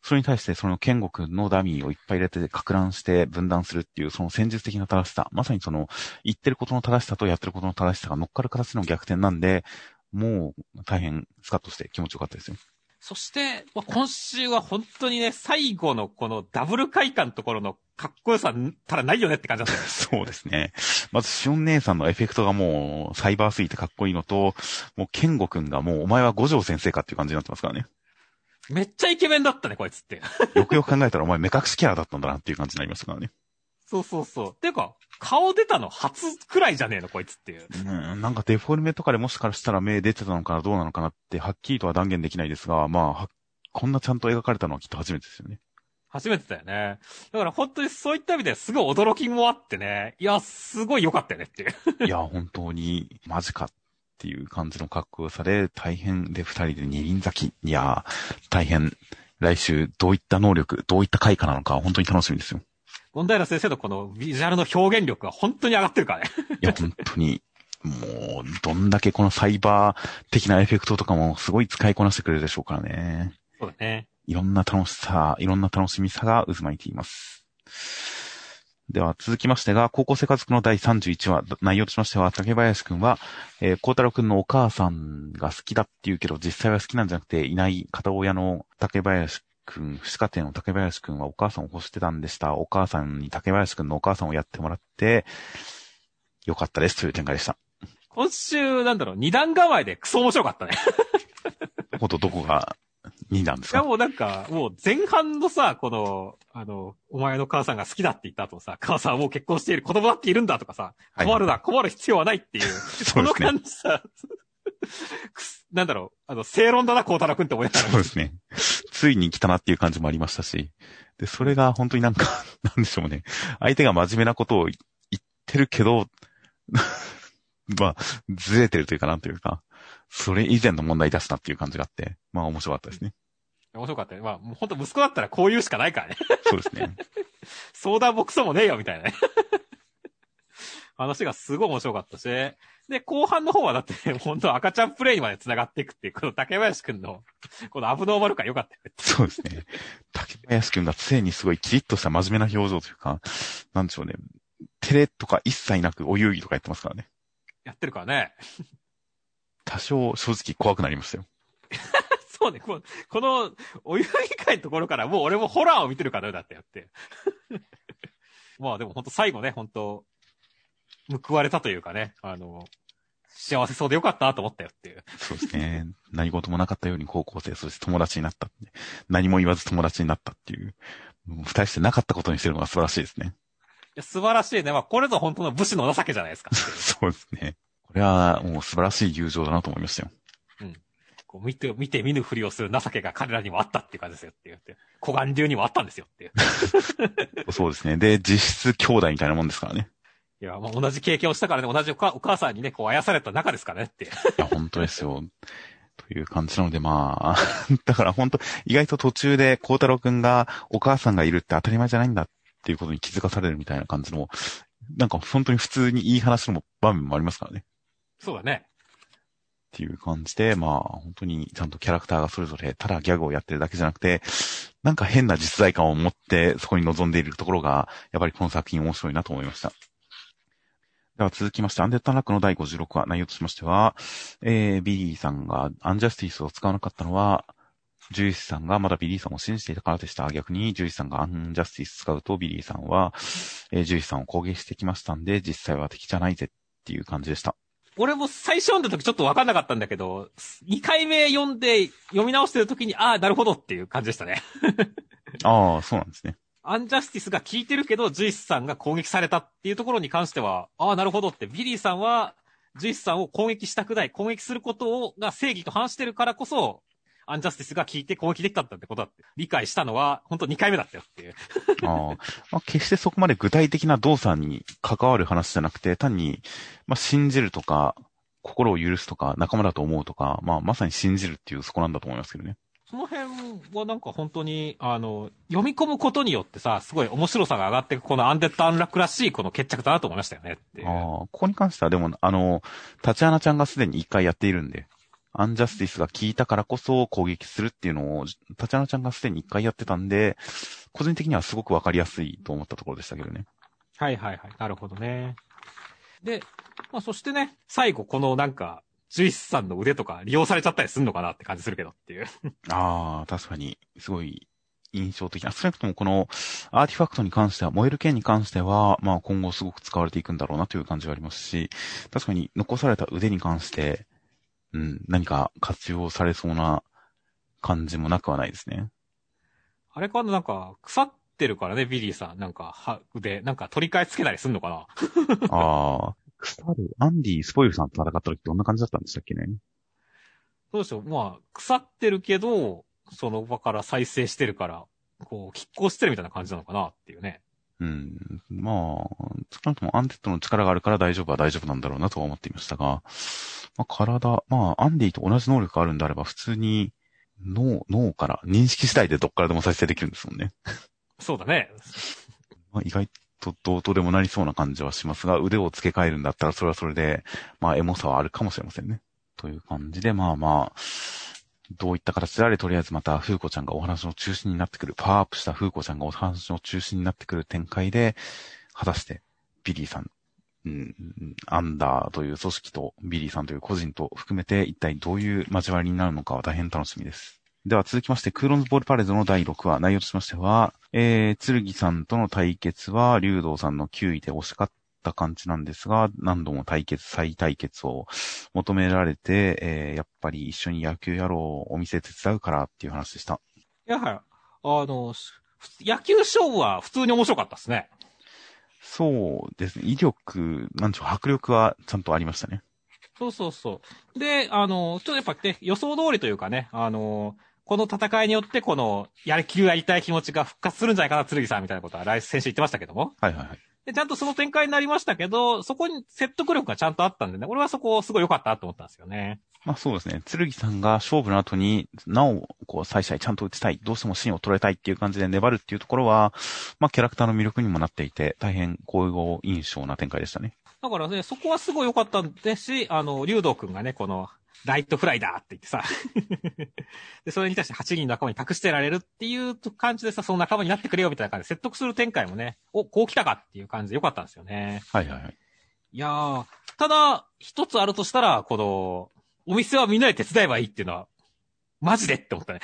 それに対してそのケンゴくんのダミーをいっぱい入れて撹乱して分断するっていうその戦術的な正しさ、まさにその言ってることの正しさとやってることの正しさが乗っかる形の逆転なんで、もう大変スカッとして気持ちよかったですよ。 そして、まあ、今週は本当にね、最後のこのダブル快感のところのかっこよさたらないよねって感じだったよ。 そうですね。まずシオン姉さんのエフェクトがもうサイバーすぎてかっこいいのと、もうケンゴくんがもうお前は五条先生かっていう感じになってますからね。 めっちゃイケメンだったね、こいつって。 よくよく考えたらお前目隠しキャラだったんだなっていう感じになりましたからね。 そうそうそう。ていうか、顔出たの初くらいじゃねえの、こいつっていう。 うん、なんかデフォルメとかでもしかしたら目出てたのかな、どうなのかなって、はっきりとは断言できないですが、まあ、こんなちゃんと描かれたのはきっと初めてですよね。 初めてだよね。だから本当にそういった意味ですごい驚きもあってね。いや、すごい良かったよねっていう。 いや、本当に、マジかっていう感じのかっこよさで、大変で二人で二輪咲き。いや、大変。来週、どういった能力、どういった回かなのか、本当に楽しみですよ。 権平先生のこのビジュアルの表現力が本当に上がってるからね。 いや、本当に、もう、どんだけこのサイバー的なエフェクトとかもすごい使いこなしてくれるでしょうからね。 そうだね。 いろんな楽しさ、いろんな楽しみさが渦巻いています。では続きましてが、高校生家族のだいさんじゅういちわ、内容としましては、竹林くんは、えー、孝太郎くんのお母さんが好きだって言うけど、実際は好きなんじゃなくて、いない片親の竹林くん、父子家庭の竹林くんはお母さんを欲してたんでした。お母さんに竹林くんのお母さんをやってもらって、よかったですという展開でした。 今週、なんだろう、二段構えでクソ面白かったね。 どことどこがになんですか？ いやもうなんか、もう前半のさ、この、あの、お前の母さんが好きだって言った後さ、母さんはもう結婚している、子供だっているんだとかさ、困るな、はい、困る必要はないっていう、その感じさ、なんだろう、あの、正論だな、孝太郎くんって思いながら。 そうですね。ついに来たなっていう感じもありましたし、で、それが本当になんか、なんでしょうね。相手が真面目なことを言ってるけど、まあ、ずれてるというかなんというか、それ以前の問題出したっていう感じがあって、まあ面白かったですね。 面白かったね。まあ、もう本当息子だったらこう言うしかないからね。 そうですね。 相談もクソもねえよ、みたいなね。話がすごい面白かったし、で、後半の方はだって、本当赤ちゃんプレイまで繋がっていくっていう、この竹林くんの、このアブノーマル感良かったよね。 そうですね。竹林くんが常にすごいキリッとした真面目な表情というか、なんでしょうね。照れとか一切なくお遊戯とかやってますからね。 やってるからね。 多少正直怖くなりましたよ。 そうね、この、このお遊戯会のところからもう俺もホラーを見てるからだってやって。まあでも本当最後ね、本当報われたというかね、あの、幸せそうでよかったと思ったよっていう。 そうですね。何事もなかったように高校生、そして友達になったって。何も言わず友達になったっていう。二人してなかったことにしてるのが素晴らしいですね。 いや素晴らしいね。まあこれぞ本当の武士の情けじゃないですか。 そうですね。これはもう素晴らしい友情だなと思いましたよ。 うん。こう見て、見て見ぬふりをする情けが彼らにもあったっていう感じですよっていう。小眼流にもあったんですよっていう。 そうですね。で、実質兄弟みたいなもんですからね。 いや、まあ同じ経験をしたからね、同じお母、お母さんにね、こう、あやされた中ですからねって。いや、本当ですよ。という感じなので、まあ、だから本当、意外と途中で孝太郎くんがお母さんがいるって当たり前じゃないんだっていうことに気づかされるみたいな感じの、なんか本当に普通にいい話の場面もありますからね。 そうだね。 っていう感じで、まあ、本当にちゃんとキャラクターがそれぞれただギャグをやってるだけじゃなくて、なんか変な実在感を持ってそこに臨んでいるところが、やっぱりこの作品面白いなと思いました。では続きまして、アンデッドアンラックのだいごじゅうろくわ、内容としましては、えー、ビリーさんがアンジャスティスを使わなかったのは、ジュイスさんがまだビリーさんを信じていたからでした。逆に、ジュイスさんがアンジャスティス使うと、ビリーさんは、えー、ジュイスさんを攻撃してきましたんで、実際は敵じゃないぜっていう感じでした。 俺も最初読んだ時ちょっと分かんなかったんだけど、にかいめ読んで読み直してる時に、ああ、なるほどっていう感じでしたね。 ああ、そうなんですね。 アンジャスティスが効いてるけど、ジュイスさんが攻撃されたっていうところに関しては、ああ、なるほどって、ビリーさんは、ジュイスさんを攻撃したくない、攻撃することを、が正義と反してるからこそ、アンジャスティスが効いて攻撃できたんだってことだって、理解したのは、本当にかいめだったよっていう。 あ、まあ。決してそこまで具体的な動作に関わる話じゃなくて、単に、まあ、信じるとか、心を許すとか、仲間だと思うとか、まあ、まさに信じるっていうそこなんだと思いますけどね。 その辺はなんか本当に、あの、読み込むことによってさ、すごい面白さが上がっていく、このアンデッド・アンラックらしいこの決着だなと思いましたよねっていう。 ああ、ここに関してはでも、あの、タチアナちゃんがすでに一回やっているんで、 アンジャスティスが効いたからこそ攻撃するっていうのを、タチャナちゃんがすでに一回やってたんで、個人的にはすごくわかりやすいと思ったところでしたけどね。 はいはいはい。なるほどね。で、まあそしてね、最後このなんか、ジュイスさんの腕とか利用されちゃったりするのかなって感じするけどっていう。 ああ、確かに、すごい印象的な。少なくともこのアーティファクトに関しては、燃える剣に関しては、まあ今後すごく使われていくんだろうなという感じがありますし、確かに残された腕に関して、うん、何か活用されそうな感じもなくはないですね。 あれかな、なんか、腐ってるからね、ビリーさん。なんか、は、腕、なんか取り替えつけたりすんのかな。 ああ、腐る、アンディ・スポイルさんと戦った時どんな感じだったんでしたっけね。 そうでしょう。まあ、腐ってるけど、その場から再生してるから、こう、拮抗してるみたいな感じなのかなっていうね。 うん。まあ、少なくともアンデッドの力があるから大丈夫は大丈夫なんだろうなとは思っていましたが、まあ、体、まあ、アンディと同じ能力があるんであれば、普通に脳、脳から認識次第でどっからでも再生できるんですもんね。 そうだね。 まあ、意外とどうとでもなりそうな感じはしますが、腕を付け替えるんだったら、それはそれで、まあ、エモさはあるかもしれませんね。という感じで、まあまあ、どういった形であれ、とりあえずまた、風子ちゃんがお話の中心になってくる、パワーアップした風子ちゃんがお話の中心になってくる展開で、果たして、ビリーさん、うん、アンダーという組織と、ビリーさんという個人と含めて、一体どういう交わりになるのかは大変楽しみです。では続きまして、クーロンズボールパレードのだいろくわ、内容としましては、えー、剣さんとの対決は、竜道さんのきゅういで惜しかった感じなんですが、何度も対決、再対決を求められて、えー、やっぱり一緒に野球やろう、お店手伝うからっていう話でした。 いやはや、あの、野球勝負は普通に面白かったですね。 そうですね。威力、なんちゅう、迫力はちゃんとありましたね。 そうそうそう。で、あの、ちょっとやっぱね、予想通りというかね、あの、この戦いによって、この、野球やりたい気持ちが復活するんじゃないかな、剣さんみたいなことは来先週言ってましたけども。 はいはいはい。 で、ちゃんとその展開になりましたけど、そこに説得力がちゃんとあったんでね、俺はそこすごい良かったと思ったんですよね。 まあそうですね。剣さんが勝負の後に、なお、こう、最初にちゃんと打ちたい、どうしても芯を取れたいっていう感じで粘るっていうところは、まあキャラクターの魅力にもなっていて、大変好印象な展開でしたね。 だからね、そこはすごい良かったんですし、あの、竜道くんがね、この、ライトフライだって言ってさで、それに対してはちにんの仲間に託してられるっていう感じでさ、その仲間になってくれよみたいな感じで説得する展開もね、お、こう来たかっていう感じで良かったんですよね。 はいはいはい。 いやー、ただ、一つあるとしたら、この、お店はみんなで手伝えばいいっていうのは、マジでって思ったね。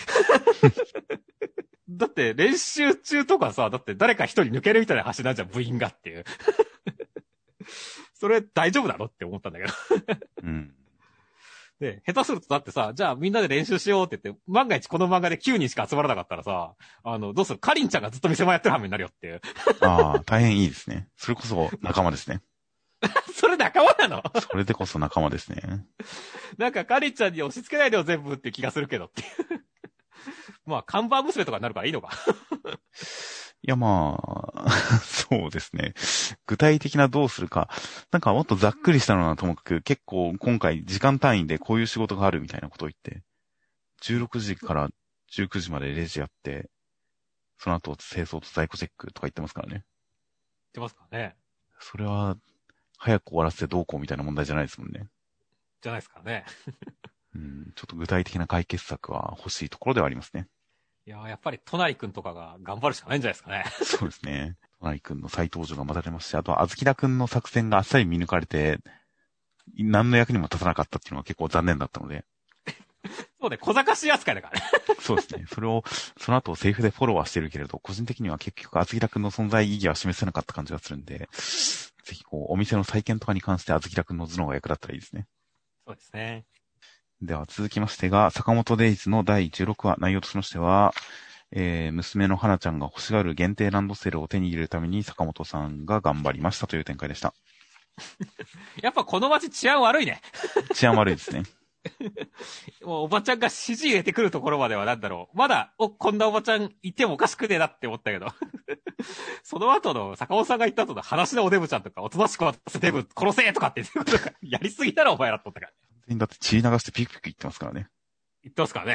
だって練習中とかさ、だって誰か一人抜けるみたいな橋なんじゃん、部員がっていう。それ大丈夫だろって思ったんだけど。 うん。 で、下手するとだってさ、じゃあみんなで練習しようって言って、万が一この漫画できゅうにんしか集まらなかったらさ、あの、どうするカリンちゃんがずっと店前やってるはめになるよっていう。 ああ、大変いいですね。それこそ仲間ですね。 それ仲間なのそれでこそ仲間ですね。 なんかカリンちゃんに押し付けないでよ全部って気がするけどっていう。まあ、看板娘とかになるからいいのか。 いやまあ、そうですね。具体的などうするか。なんかもっとざっくりしたのはともかく、結構今回時間単位でこういう仕事があるみたいなことを言って、じゅうろくじからじゅうくじまでレジやって、その後清掃と在庫チェックとか言ってますからね。 言ってますからね。 それは、早く終わらせてどうこうみたいな問題じゃないですもんね。 じゃないですかね。 うん、ちょっと具体的な解決策は欲しいところではありますね。 いやー、やっぱりトナリくんとかが頑張るしかないんじゃないですかね。 そうですね。トナリくんの再登場が待たれますし、あとはあずきらくんの作戦があっさり見抜かれて、何の役にも立たなかったっていうのは結構残念だったので。 そうね、小賢しい扱いだからね。 そうですね。それを、その後セーフでフォローはしてるけれど、個人的には結局あずきらくんの存在意義は示せなかった感じがするんで、ぜひこう、お店の再建とかに関してあずきらくんの頭脳が役立ったらいいですね。 そうですね。 では続きましてが、坂本デイズのだいじゅうろくわ、内容としましては、えー、娘の花ちゃんが欲しがる限定ランドセルを手に入れるために坂本さんが頑張りましたという展開でした。 やっぱこの街治安悪いね。 治安悪いですね。 もうおばちゃんが指示入れてくるところまではなんだろう。まだ、お、こんなおばちゃんいてもおかしくねえなって思ったけど。その後の坂本さんが言った後の話のおデブちゃんとか、おとなしく渡せデブ殺せとかって言ってることがやりすぎだろお前らと思ったから。 全員だって血流してピクピク言ってますからね。 言ってますからね。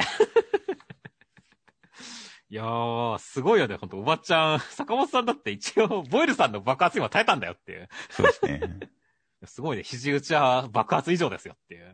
いやー、すごいよね、ほんと。おばちゃん、坂本さんだって一応、ボイルさんの爆発には耐えたんだよっていう。 そうですね。 すごいね、肘打ちは爆発以上ですよっていう。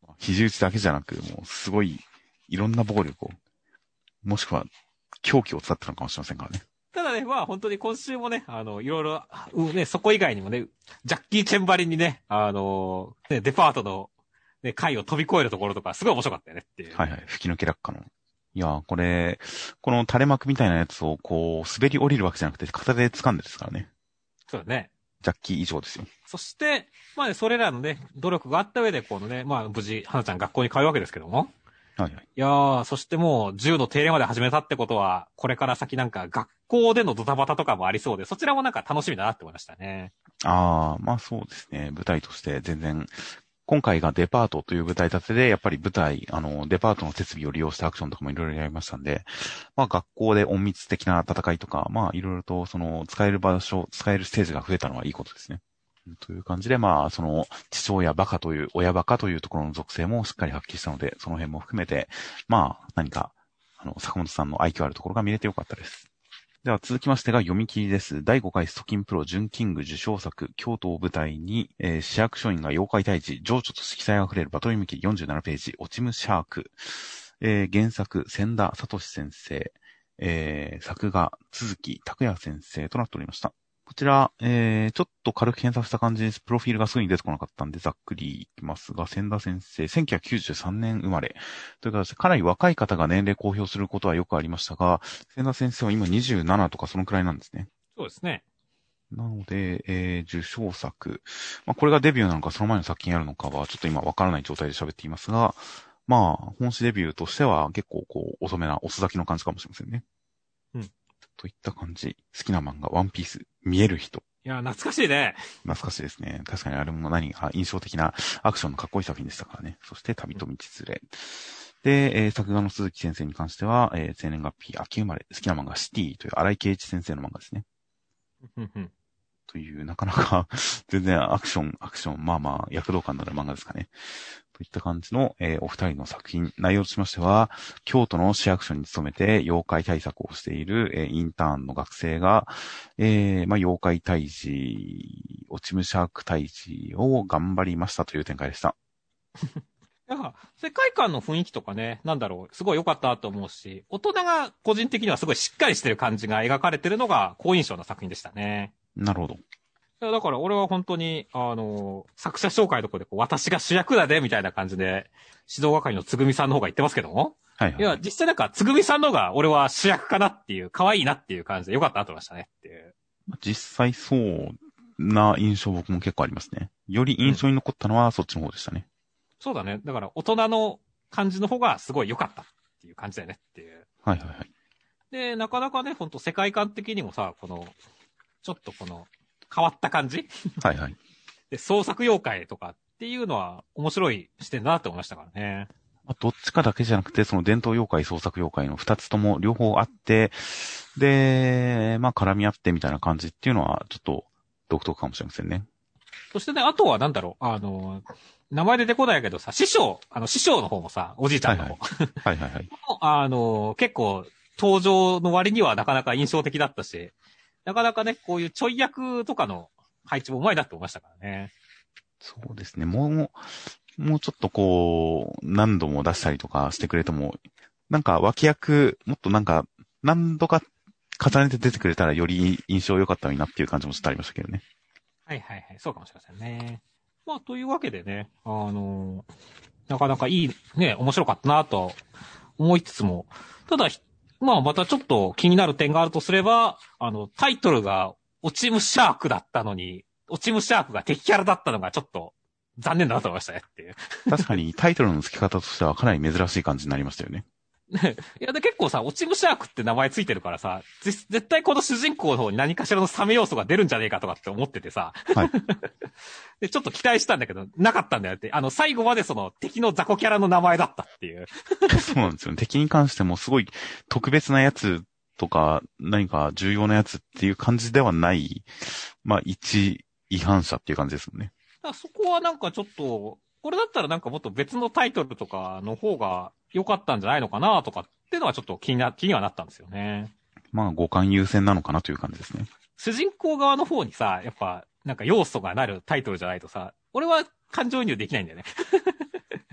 肘打ちだけじゃなく、もうすごい、いろんな暴力を、もしくは狂気を使ったのかもしれませんからね。 ただね、まあ本当に今週もね、あの、いろいろ、うね、そこ以外にもね、ジャッキー・チェンバリンにね、あの、ね、デパートの、ね、階を飛び越えるところとか、すごい面白かったよねっていう。 はいはい。吹き抜け落下の。いやー、これ、この垂れ幕みたいなやつを、こう、滑り降りるわけじゃなくて、片手で掴んでですからね。 そうだね。 ジャッキー以上ですよ。 そして、まあね、それらのね、努力があった上で、このね、まあ無事、花ちゃん学校に通うわけですけども。 はいはい。 いやー、そしてもう、銃の手入れまで始めたってことは、これから先なんか学校でのドタバタとかもありそうで、そちらもなんか楽しみだなって思いましたね。 ああ、まあそうですね。舞台として全然、今回がデパートという舞台立てで、やっぱり舞台、あの、デパートの設備を利用したアクションとかもいろいろやりましたんで、まあ学校で隠密的な戦いとか、まあいろいろとその使える場所、使えるステージが増えたのはいいことですね。という感じで、まあその父親バカという、親バカというところの属性もしっかり発揮したので、その辺も含めて、まあ何か、あの、坂本さんの愛嬌あるところが見れてよかったです。では続きましてが読み切りです。だいごかいストキンプロ準キング受賞作、京都を舞台に、えー、市役所員が妖怪退治、情緒と色彩あふれるバトル読み切りよんじゅうななページ、落ちむシャーク。えー、原作、千田聡先生。えー、作画、鈴木拓也先生となっておりました。こちら、えー、ちょっと軽く検索した感じです。プロフィールがすぐに出てこなかったんで、ざっくりいきますが、千田先生、せんきゅうひゃくきゅうじゅうさんねん生まれ。という形で、かなり若い方が年齢公表することはよくありましたが、千田先生は今にじゅうななとかそのくらいなんですね。 そうですね。 なので、えー、受賞作。まあ、これがデビューなのか、その前の作品やるのかは、ちょっと今わからない状態で喋っていますが、まあ、本誌デビューとしては結構こう、遅めな、遅咲きの感じかもしれませんね。 うん。 といった感じ。好きな漫画、ワンピース、見える人。 いや、懐かしいね。 懐かしいですね。確かにあれも何か印象的なアクションのかっこいい作品でしたからね。そして、旅と道連れ。で、えー、作画の鈴木先生に関しては、えー、生年月日、秋生まれ、好きな漫画、シティという荒井圭一先生の漫画ですね。という、なかなか、全然アクション、アクション、まあまあ、躍動感のある漫画ですかね。といった感じの、えー、お二人の作品、内容としましては、京都の市役所に勤めて妖怪対策をしている、えー、インターンの学生が、えー、まあ、妖怪退治、落ち武シャーク退治を頑張りましたという展開でした。 いや、世界観の雰囲気とかね、なんだろう、すごい良かったと思うし、大人が個人的にはすごいしっかりしてる感じが描かれてるのが好印象な作品でしたね。 なるほど。 いや、だから俺は本当に、あの、作者紹介のところでこう、私が主役だで、みたいな感じで、指導係のつぐみさんの方が言ってますけども。 はいはい。 いや、実際なんか、つぐみさんの方が俺は主役かなっていう、可愛いなっていう感じで良かったなと思いましたねっていう。 実際そうな印象僕も結構ありますね。より印象に残ったのはそっちの方でしたね。うん、 そうだね。だから大人の感じの方がすごい良かったっていう感じだよねっていう。 はいはいはい。 で、なかなかね、ほんと世界観的にもさ、この、ちょっとこの、変わった感じはいはい。 で、創作妖怪とかっていうのは面白い視点だなって思いましたからね。 どっちかだけじゃなくて、その伝統妖怪、創作妖怪の二つとも両方あって、で、まあ絡み合ってみたいな感じっていうのはちょっと独特かもしれませんね。 そしてね、あとはなんだろう、あの、名前出てこないけどさ、師匠、あの師匠の方もさ、おじいちゃんの方。 はいはい、はいはいはい。 あの、結構登場の割にはなかなか印象的だったし、なかなかね、こういうちょい役とかの配置もうまいなって思いましたからね。 そうですね。もう、もうちょっとこう、何度も出したりとかしてくれても、なんか脇役、もっとなんか、何度か重ねて出てくれたらより印象良かったのになっていう感じもちょっとありましたけどね。 はいはいはい。そうかもしれませんね。まあ、というわけでね、あの、なかなかいい、ね、面白かったなと思いつつも、ただ、まあまたちょっと気になる点があるとすれば、あの、タイトルが、落ちむシャークだったのに、落ちむシャークが敵キャラだったのがちょっと残念だなと思いましたねっていう。 確かにタイトルの付け方としてはかなり珍しい感じになりましたよね。 いや、で結構さ、落ちむシャークって名前ついてるからさ、絶対この主人公の方に何かしらのサメ要素が出るんじゃねえかとかって思っててさ。はい。で、ちょっと期待したんだけど、なかったんだよって。あの、最後までその敵の雑魚キャラの名前だったっていう。 そうなんですよね。敵に関してもすごい特別なやつとか、何か重要なやつっていう感じではない、まあ、一違反者っていう感じですもんね。 だからそこはなんかちょっと、これだったらなんかもっと別のタイトルとかの方が良かったんじゃないのかなとかっていうのはちょっと気にな、気にはなったんですよね。 まあ、五感優先なのかなという感じですね。 主人公側の方にさ、やっぱ、なんか要素がなるタイトルじゃないとさ、俺は感情移入できないんだよね。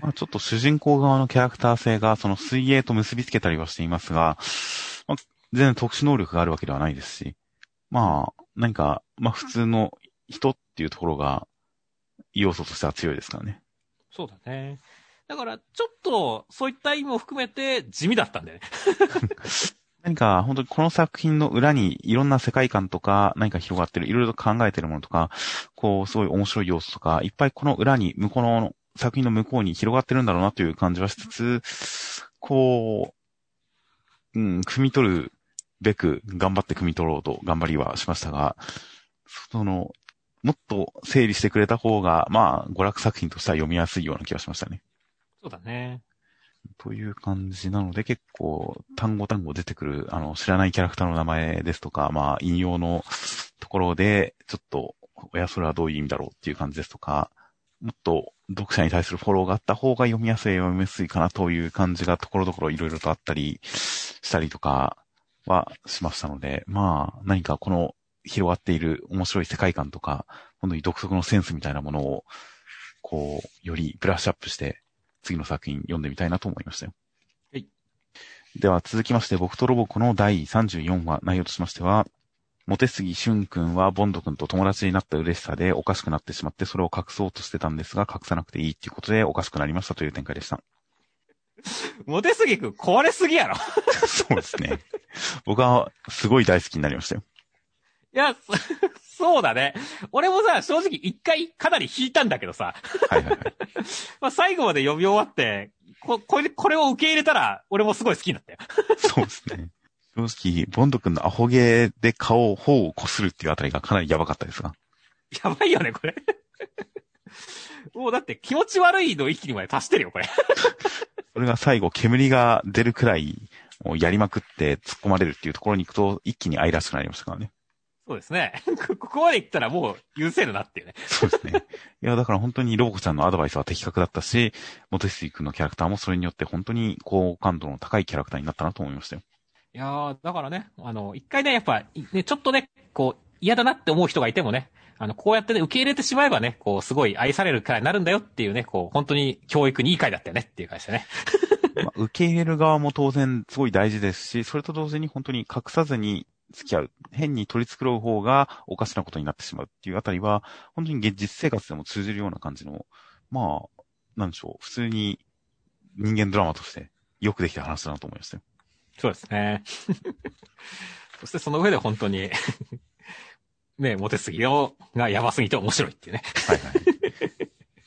まあ、ちょっと主人公側のキャラクター性がその水泳と結びつけたりはしていますが、まあ、全然特殊能力があるわけではないですし、まあ、何か、まあ普通の人っていうところが要素としては強いですからね。 そうだね。だから、ちょっと、そういった意味も含めて地味だったんだよね。 何か、本当にこの作品の裏にいろんな世界観とか、何か広がってる、いろいろと考えてるものとか、こう、すごい面白い要素とか、いっぱいこの裏に、向こうの、作品の向こうに広がってるんだろうなという感じはしつつ、こう、うん、汲み取るべく、頑張って汲み取ろうと頑張りはしましたが、その、もっと整理してくれた方が、まあ、娯楽作品としては読みやすいような気がしましたね。 そうだね。 という感じなので、結構、単語単語出てくる、あの、知らないキャラクターの名前ですとか、まあ、引用のところで、ちょっと、いや、それはどういう意味だろうっていう感じですとか、もっと読者に対するフォローがあった方が読みやすい、読みやすいかなという感じがところどころいろいろとあったりしたりとかはしましたので、まあ、何かこの広がっている面白い世界観とか、本当に独特のセンスみたいなものを、こう、よりブラッシュアップして、次の作品読んでみたいなと思いましたよ。 はい。 では続きまして、僕とロボコのだいさんじゅうよんわ、内容としましては、モテ杉俊くんはボンドくんと友達になった嬉しさでおかしくなってしまってそれを隠そうとしてたんですが隠さなくていいっていうことでおかしくなりましたという展開でした。 モテすぎくん壊れすぎやろ。 そうですね。僕はすごい大好きになりましたよ。 いや、そうだね。俺もさ、正直一回かなり引いたんだけどさ。 はいはいはい。 まあ最後まで読み終わって、こ、これ、これを受け入れたら、俺もすごい好きになったよ。 そうですね。正直、ボンド君のアホゲーで顔を、頬をこするっていうあたりがかなりやばかったですが。 やばいよね、これ。もうだって気持ち悪いの域にまで達してるよ、これ。 それが最後、煙が出るくらい、もうやりまくって突っ込まれるっていうところに行くと、一気に愛らしくなりましたからね。 そうですね。ここまで行ったらもう許せるなっていうね。 そうですね。いや、だから本当にロボコちゃんのアドバイスは的確だったし、モテスイ君のキャラクターもそれによって本当に好感度の高いキャラクターになったなと思いましたよ。 いやー、だからね、あの、一回ね、やっぱ、ね、ちょっとね、こう、嫌だなって思う人がいてもね、あの、こうやってね、受け入れてしまえばね、こう、すごい愛される回になるんだよっていうね、こう、本当に教育にいい回だったよねっていう回でしたね。 まあ、受け入れる側も当然すごい大事ですし、それと同時に本当に隠さずに付き合う。変に取り繕う方がおかしなことになってしまうっていうあたりは、本当に実生活でも通じるような感じの、まあ、なんでしょう。普通に人間ドラマとしてよくできた話だなと思いましたよ。 そうですね。そしてその上で本当にね、モテすぎをがやばすぎて面白いっていうね。 はいはい。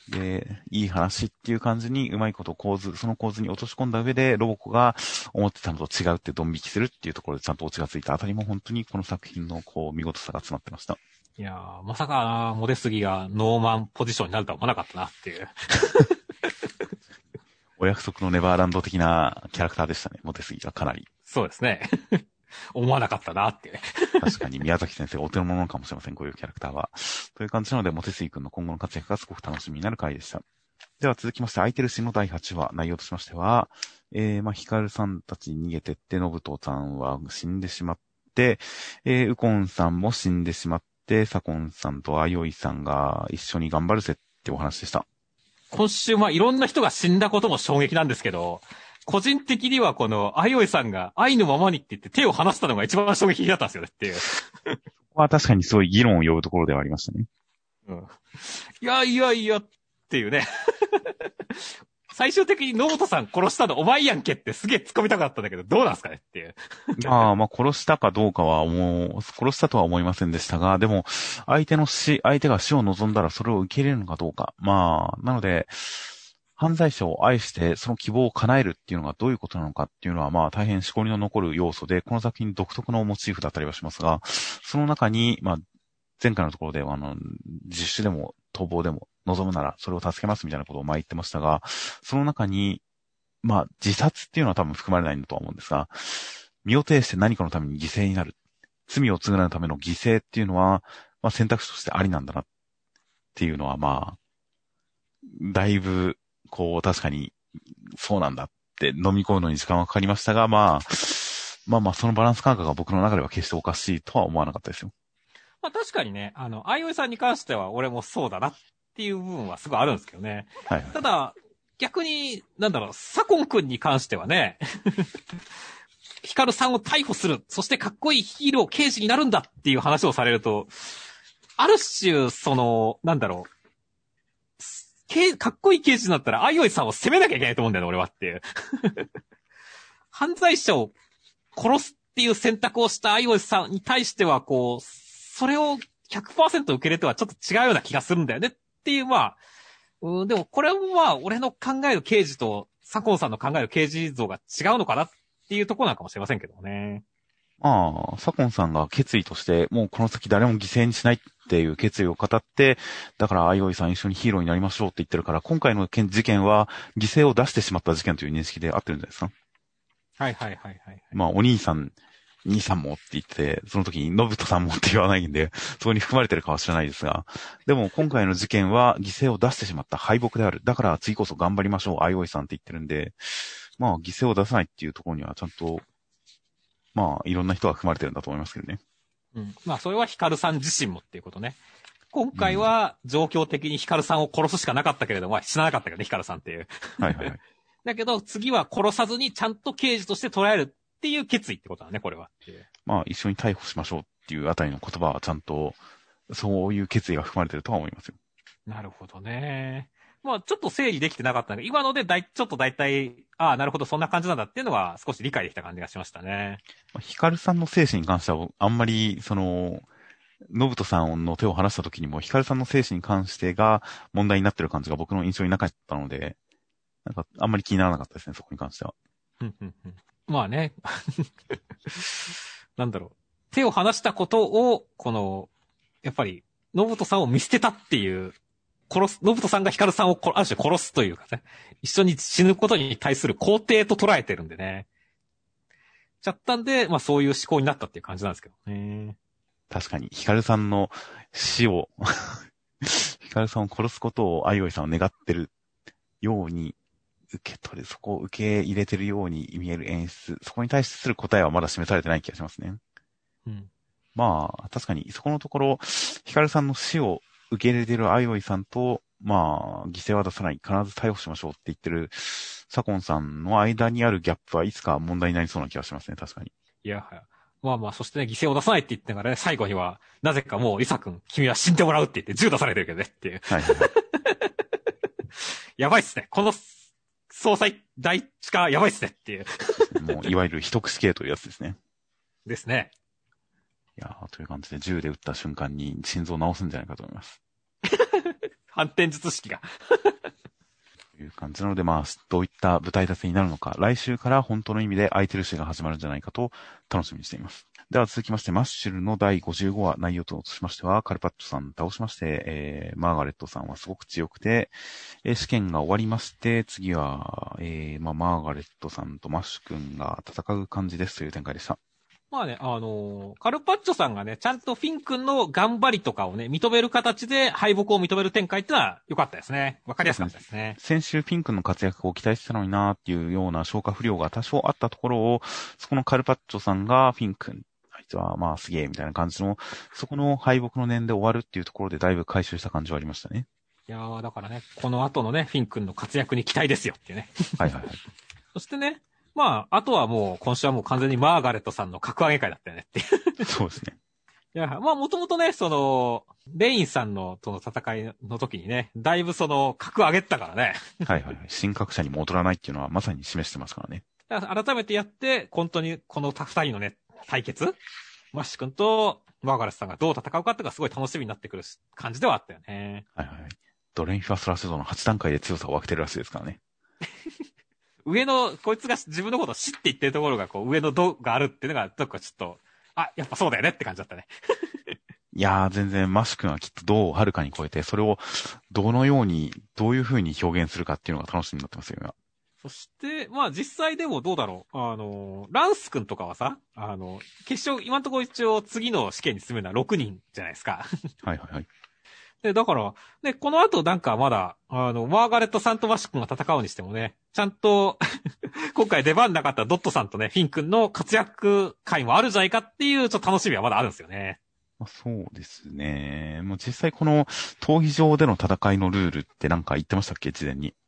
で、いい話っていう感じにうまいこと構図、その構図に落とし込んだ上で、ロボコが思ってたのと違うってドン引きするっていうところでちゃんとオチがついたあたりも本当にこの作品のこう見事さが詰まってました。 いやー、まさかモテすぎがノーマンポジションになるとは思わなかったなっていう。 お約束のネバーランド的なキャラクターでしたね、モテスギがかなり。 そうですね。思わなかったなっていうね。 確かに宮崎先生お手の物かもしれません、こういうキャラクターは。という感じなので、モテスギ君の今後の活躍がすごく楽しみになる回でした。では続きまして、空いてるシーンのだいはちわ、内容としましては、えー、まあ、ヒカルさんたち逃げてって、ノブトさんは死んでしまって、えー、ウコンさんも死んでしまって、サコンさんとアヨイさんが一緒に頑張るぜってお話でした。 今週、まあ、いろんな人が死んだことも衝撃なんですけど、個人的にはこの、アイオイさんが愛のままにって言って手を離したのが一番衝撃的だったんですよねっていう。 ここは確かにすごい議論を呼ぶところではありましたね。 うん。いやいやいやっていうね。最終的に野本さん殺したのお前やんけってすげえ突っ込みたかったんだけど、どうなんすかねっていう。 まあまあ殺したかどうかはもう、殺したとは思いませんでしたが、でも、相手の死、相手が死を望んだらそれを受け入れるのかどうか。まあ、なので、犯罪者を愛してその希望を叶えるっていうのがどういうことなのかっていうのはまあ大変思考に残る要素で、この作品独特のモチーフだったりはしますが、その中に、まあ、前回のところではあの、自首でも逃亡でも望むならそれを助けますみたいなことを前言ってましたが、その中に、まあ、自殺っていうのは多分含まれないんだとは思うんですが、身を挺して何かのために犠牲になる。罪を償うための犠牲っていうのは、まあ選択肢としてありなんだなっていうのはまあ、だいぶ、こう、確かに、そうなんだって飲み込むのに時間はかかりましたが、まあ、まあまあ、そのバランス感覚が僕の中では決しておかしいとは思わなかったですよ。 まあ確かにね、あの、あいおいさんに関しては俺もそうだなっていう部分はすごいあるんですけどね。 はいはい。 ただ、 逆に、なんだろう、左近くんに関してはね、ヒカルさんを逮捕する、そしてかっこいいヒーロー刑事になるんだっていう話をされると、ある種、その、なんだろう、かっこいい刑事になったら、相生さんを責めなきゃいけないと思うんだよね、俺はっていう。犯罪者を殺すっていう選択をした相生さんに対しては、こう、それを ひゃくパーセント 受け入れてはちょっと違うような気がするんだよねっていう、まあ、うん、でもこれはまあ、俺の考える刑事と、左近さんの考える刑事像が違うのかなっていうところなのかもしれませんけどね。 まあ、左近さんが決意として、もうこの先誰も犠牲にしないっていう決意を語って、だから相生さん一緒にヒーローになりましょうって言ってるから、今回の事件は犠牲を出してしまった事件という認識で合ってるんじゃないですか。 はいはいはいはい、はい。 まあ、お兄さん、兄さんもって言って、その時に、信人さんもって言わないんで、そこに含まれてるかは知らないですが、でも今回の事件は犠牲を出してしまった敗北である。だから次こそ頑張りましょう、相生さんって言ってるんで、まあ、犠牲を出さないっていうところにはちゃんと、まあ、いろんな人が含まれてるんだと思いますけどね。 うん。まあ、それはヒカルさん自身もっていうことね。今回は状況的にヒカルさんを殺すしかなかったけれども、死ななかったけどね、ヒカルさんっていう。 はいはいはい。 だけど、次は殺さずにちゃんと刑事として捉えるっていう決意ってことだね、これは。 まあ、一緒に逮捕しましょうっていうあたりの言葉はちゃんと、そういう決意が含まれてるとは思いますよ。 なるほどね。まあ、ちょっと整理できてなかったんだけど、今のでだい、ちょっとだいたい、ああ、なるほど、そんな感じなんだっていうのは少し理解できた感じがしましたね。 ヒカルさんの精神に関しては、あんまり、その、信人さんの手を離した時にも、ヒカルさんの精神に関してが問題になってる感じが僕の印象になかったので、なんか、あんまり気にならなかったですね、そこに関しては。 うんうんうん、まあね。なんだろう。手を離したことを、この、やっぱり、信人さんを見捨てたっていう、殺す、信人さんがヒカルさんをある種殺すというかね、一緒に死ぬことに対する肯定と捉えてるんでね。ちゃったんで、まあそういう思考になったっていう感じなんですけどね。 確かに、ヒカルさんの死を、ヒカルさんを殺すことを相生さんは願ってるように、受け取る、そこを受け入れてるように見える演出、そこに対する答えはまだ示されてない気がしますね。 うん。 まあ、確かに、そこのところ、ヒカルさんの死を受け入れている相生さんと、まあ、犠牲は出さない、必ず逮捕しましょうって言ってる、左近さんの間にあるギャップはいつか問題になりそうな気がしますね、確かに。 いや、まあまあ、そしてね、犠牲を出さないって言ってながらね、最後には、なぜかもう、リサ君、君は死んでもらうって言って銃出されてるけどねっていう。 はいはいはい。 やばいっすね。この、総裁、第一か、やばいっすねっていう。 もう、いわゆる一口系というやつですね。 ですね。 いやー、という感じで銃で撃った瞬間に心臓を治すんじゃないかと思います。 反転術式が。 という感じなので、まあ、どういった舞台立てになるのか、来週から本当の意味で空いてる詩が始まるんじゃないかと楽しみにしています。では続きまして、マッシュルのだいごじゅうごわ、内容としましては、カルパッチョさん倒しまして、えー、マーガレットさんはすごく強くて、えー、試験が終わりまして、次は、えー、まあ、マーガレットさんとマッシュ君が戦う感じですという展開でした。 まあね、あのー、カルパッチョさんがね、ちゃんとフィン君の頑張りとかをね、認める形で敗北を認める展開ってのは良かったですね。わかりやすかったですね。 先週フィン君の活躍を期待してたのになーっていうような消化不良が多少あったところを、そこのカルパッチョさんがフィン君、あいつはまあすげえみたいな感じの、そこの敗北の念で終わるっていうところでだいぶ回収した感じはありましたね。 いやー、だからね、この後のね、フィン君の活躍に期待ですよっていうね。 はいはいはい。 そしてね、まあ、あとはもう、今週はもう完全にマーガレットさんの格上げ会だったよねっていう。 そうですね。 いや、まあ、もともとね、その、レインさんのとの戦いの時にね、だいぶその、格上げったからね。 はいはいはい。新格者にも劣らないっていうのはまさに示してますからね。 だから改めてやって、本当にこの二人のね、対決マッシュ君とマーガレットさんがどう戦うかっていうのがすごい楽しみになってくる感じではあったよね。 はいはい。ドレインファスラスドのはち段階で強さを分けてるらしいですからね。 上の、こいつが自分のことを知って言ってるところが、こう、上の度があるっていうのが、どっかちょっと、あ、やっぱそうだよねって感じだったね。 いやー、全然マッシュ君はきっとどうはるかに超えて、それをどのように、どういう風に表現するかっていうのが楽しみになってますよ、今。 そして、まあ実際でもどうだろう。あの、ランス君とかはさ、あの、決勝、今のところ一応次の試験に進めるのはろくにんじゃないですか。 はいはいはい。 で、だから、ね、この後なんかまだ、あの、マーガレットさんとマッシュ君が戦うにしてもね、ちゃんと、今回出番なかったドットさんとね、フィン君の活躍会もあるんじゃないかっていう、ちょっと楽しみはまだあるんですよね。 まあ、そうですね。もう実際この、闘技場での戦いのルールってなんか言ってましたっけ、事前に。 い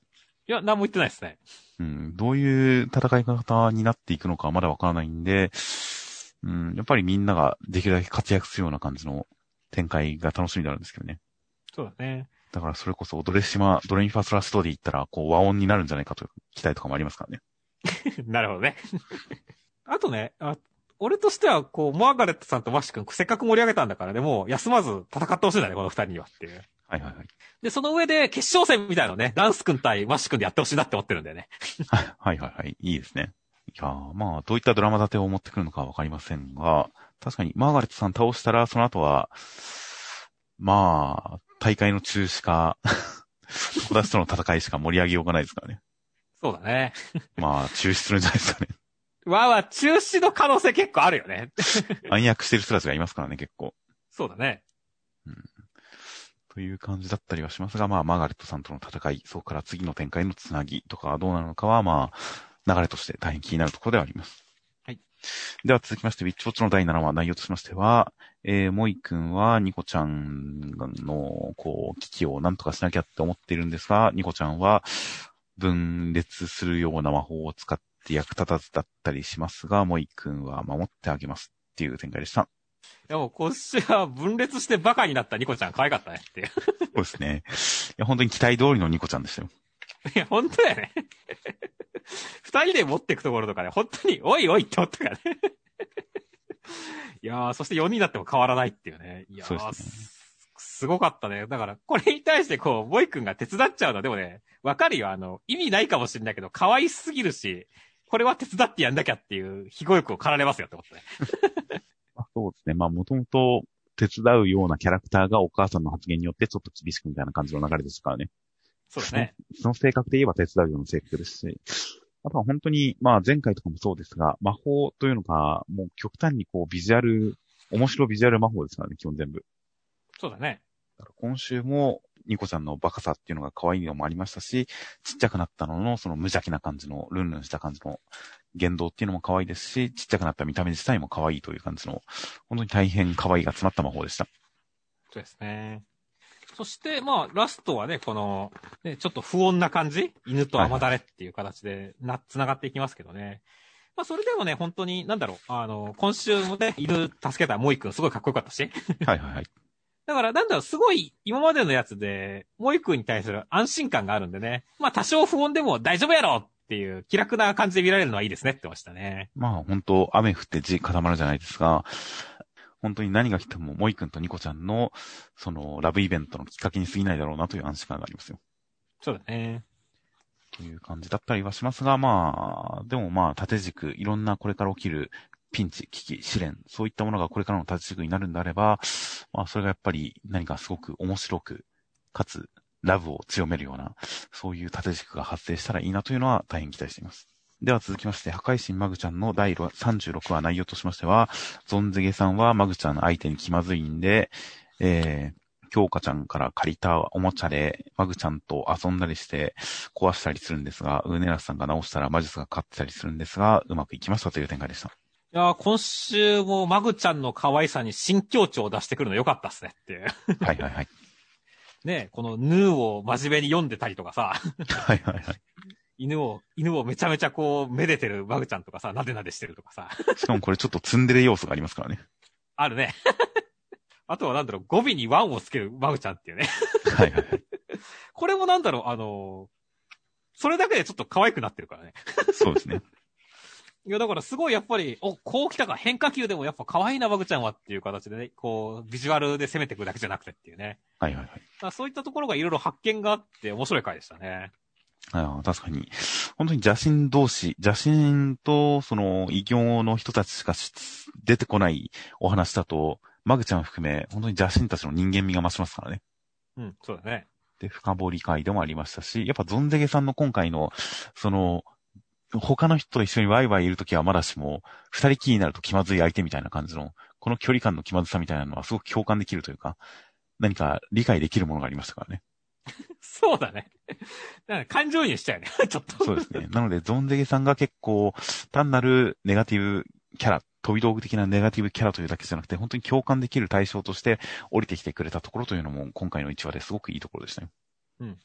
いや、何も言ってないですね。 うん、どういう戦い方になっていくのかはまだわからないんで、うん、やっぱりみんなができるだけ活躍するような感じの展開が楽しみになるんですけどね。 そうだね。 だからそれこそドレシマ、ドレミファスラストで言ったら、こう和音になるんじゃないかという期待とかもありますからね。 なるほどね。あとね、あ、俺としては、こう、マーガレットさんとマッシュ君、せっかく盛り上げたんだからね、もう休まず戦ってほしいんだね、この二人にはっていう。 はいはいはい。 で、その上で決勝戦みたいなのね、ダンス君対マッシュ君でやってほしいなって思ってるんだよね。 はいはいはい。いいですね。いやーまあ、どういったドラマ立てを持ってくるのかはわかりませんが、確かにマーガレットさん倒したら、その後は、まあ、大会の中止か、友達との戦いしか盛り上げようがないですからね。 そうだね。 まあ、中止するんじゃないですかね。 わあわあ、中止の可能性結構あるよね。 暗躍してる人たちがいますからね、結構。 そうだね。 うん。という感じだったりはしますが、まあ、マーガレットさんとの戦い、そこから次の展開のつなぎとかどうなるのかは、まあ、流れとして大変気になるところではあります。 はい。 では続きまして、ウィッチウォッチのだいななわ内容としましては、えー、モイ君はニコちゃんの、こう、危機をなんとかしなきゃって思っているんですが、ニコちゃんは分裂するような魔法を使って役立たずだったりしますが、モイ君は守ってあげますっていう展開でした。 いやもう、こっちは分裂してバカになったニコちゃん可愛かったねっていう。 そうですね。いや、本当に期待通りのニコちゃんでしたよ。 いや、本当だよね。二人で持っていくところとかね、本当に、おいおいって思ったからね。いやー、そしてよにんになっても変わらないっていうね。いやー、 そうですね。 す、すごかったね。だから、これに対してこう、ボイ君が手伝っちゃうのは、でもね、わかるよ。あの、意味ないかもしれないけど、可愛すぎるし、これは手伝ってやんなきゃっていう、非語欲を駆られますよって思ったね。 そうですね。まあ、もともと手伝うようなキャラクターがお母さんの発言によってちょっと厳しくみたいな感じの流れでしたからね。 そうだね。 その性格で言えば手伝うような性格ですし、あとは本当に、まあ前回とかもそうですが、魔法というのが、もう極端にこうビジュアル、面白ビジュアル魔法ですからね、基本全部。 そうだね。 だから今週も、ニコちゃんのバカさっていうのが可愛いのもありましたし、ちっちゃくなったのの、その無邪気な感じの、ルンルンした感じの言動っていうのも可愛いですし、ちっちゃくなった見た目自体も可愛いという感じの、本当に大変可愛いが詰まった魔法でした。 そうですね。そして、まあ、ラストはね、この、ね、ちょっと不穏な感じ犬と雨だれっていう形でな、繋がっていきますけどね。まあ、それでもね、本当に、なんだろう、あの、今週もね、犬助けたモイ君すごいかっこよかったし。 はいはいはい。 だから、なんだろう、すごい、今までのやつで、モイ君に対する安心感があるんでね。まあ、多少不穏でも大丈夫やろっていう、気楽な感じで見られるのはいいですねって言ってましたね。 まあ本当、雨降って地固まるじゃないですが、本当に何が来ても、モイ君とニコちゃんの、その、ラブイベントのきっかけに過ぎないだろうなという安心感がありますよ。 そうだね。 という感じだったりはしますが、まあ、でもまあ、縦軸、いろんなこれから起きるピンチ、危機、試練、そういったものがこれからの縦軸になるんであれば、まあ、それがやっぱり何かすごく面白く、かつ、ラブを強めるような、そういう縦軸が発生したらいいなというのは大変期待しています。では続きまして、破壊神マグちゃんのだいさんじゅうろくわ内容としましては、ゾンゼゲさんはマグちゃんの相手に気まずいんで、えー、京香ちゃんから借りたおもちゃで、マグちゃんと遊んだりして壊したりするんですが、ウーネラスさんが直したら魔術がかかってたりするんですが、うまくいきましたという展開でした。 いやー、今週もマグちゃんの可愛さに新境地を出してくるの良かったっすねっていう。 はいはいはい。 ね、このヌーを真面目に読んでたりとかさ。 はいはいはい。 犬を、犬をめちゃめちゃこう、めでてるマグちゃんとかさ、なでなでしてるとかさ。 しかもこれちょっとツンデレ要素がありますからね。 あるね。あとはなんだろう、語尾にワンをつけるマグちゃんっていうね。 はいはいはい。 これもなんだろう、あのー、それだけでちょっと可愛くなってるからね。 そうですね。 いや、だからすごいやっぱり、お、こう来たか、変化球でもやっぱ可愛いな、マグちゃんはっていう形でね、こう、ビジュアルで攻めていくだけじゃなくてっていうね。 はいはいはい。 だからそういったところがいろいろ発見があって面白い回でしたね。 ああ、確かに。本当に邪神同士、邪神とその異形の人たちしか出てこないお話だと、マグちゃん含め、本当に邪神たちの人間味が増しますからね。 うん、そうだね。 で、深掘り会でもありましたし、やっぱゾンゼゲさんの今回の、その、他の人と一緒にワイワイいるときはまだしも、二人きりになると気まずい相手みたいな感じの、この距離感の気まずさみたいなのはすごく共感できるというか、何か理解できるものがありましたからね。 そうだね。なんか感情移入しちゃうよね。ちょっと。 そうですね。なので、ゾンゼゲさんが結構、単なるネガティブキャラ、飛び道具的なネガティブキャラというだけじゃなくて、本当に共感できる対象として降りてきてくれたところというのも、今回のいちわですごくいいところでしたね。 うん。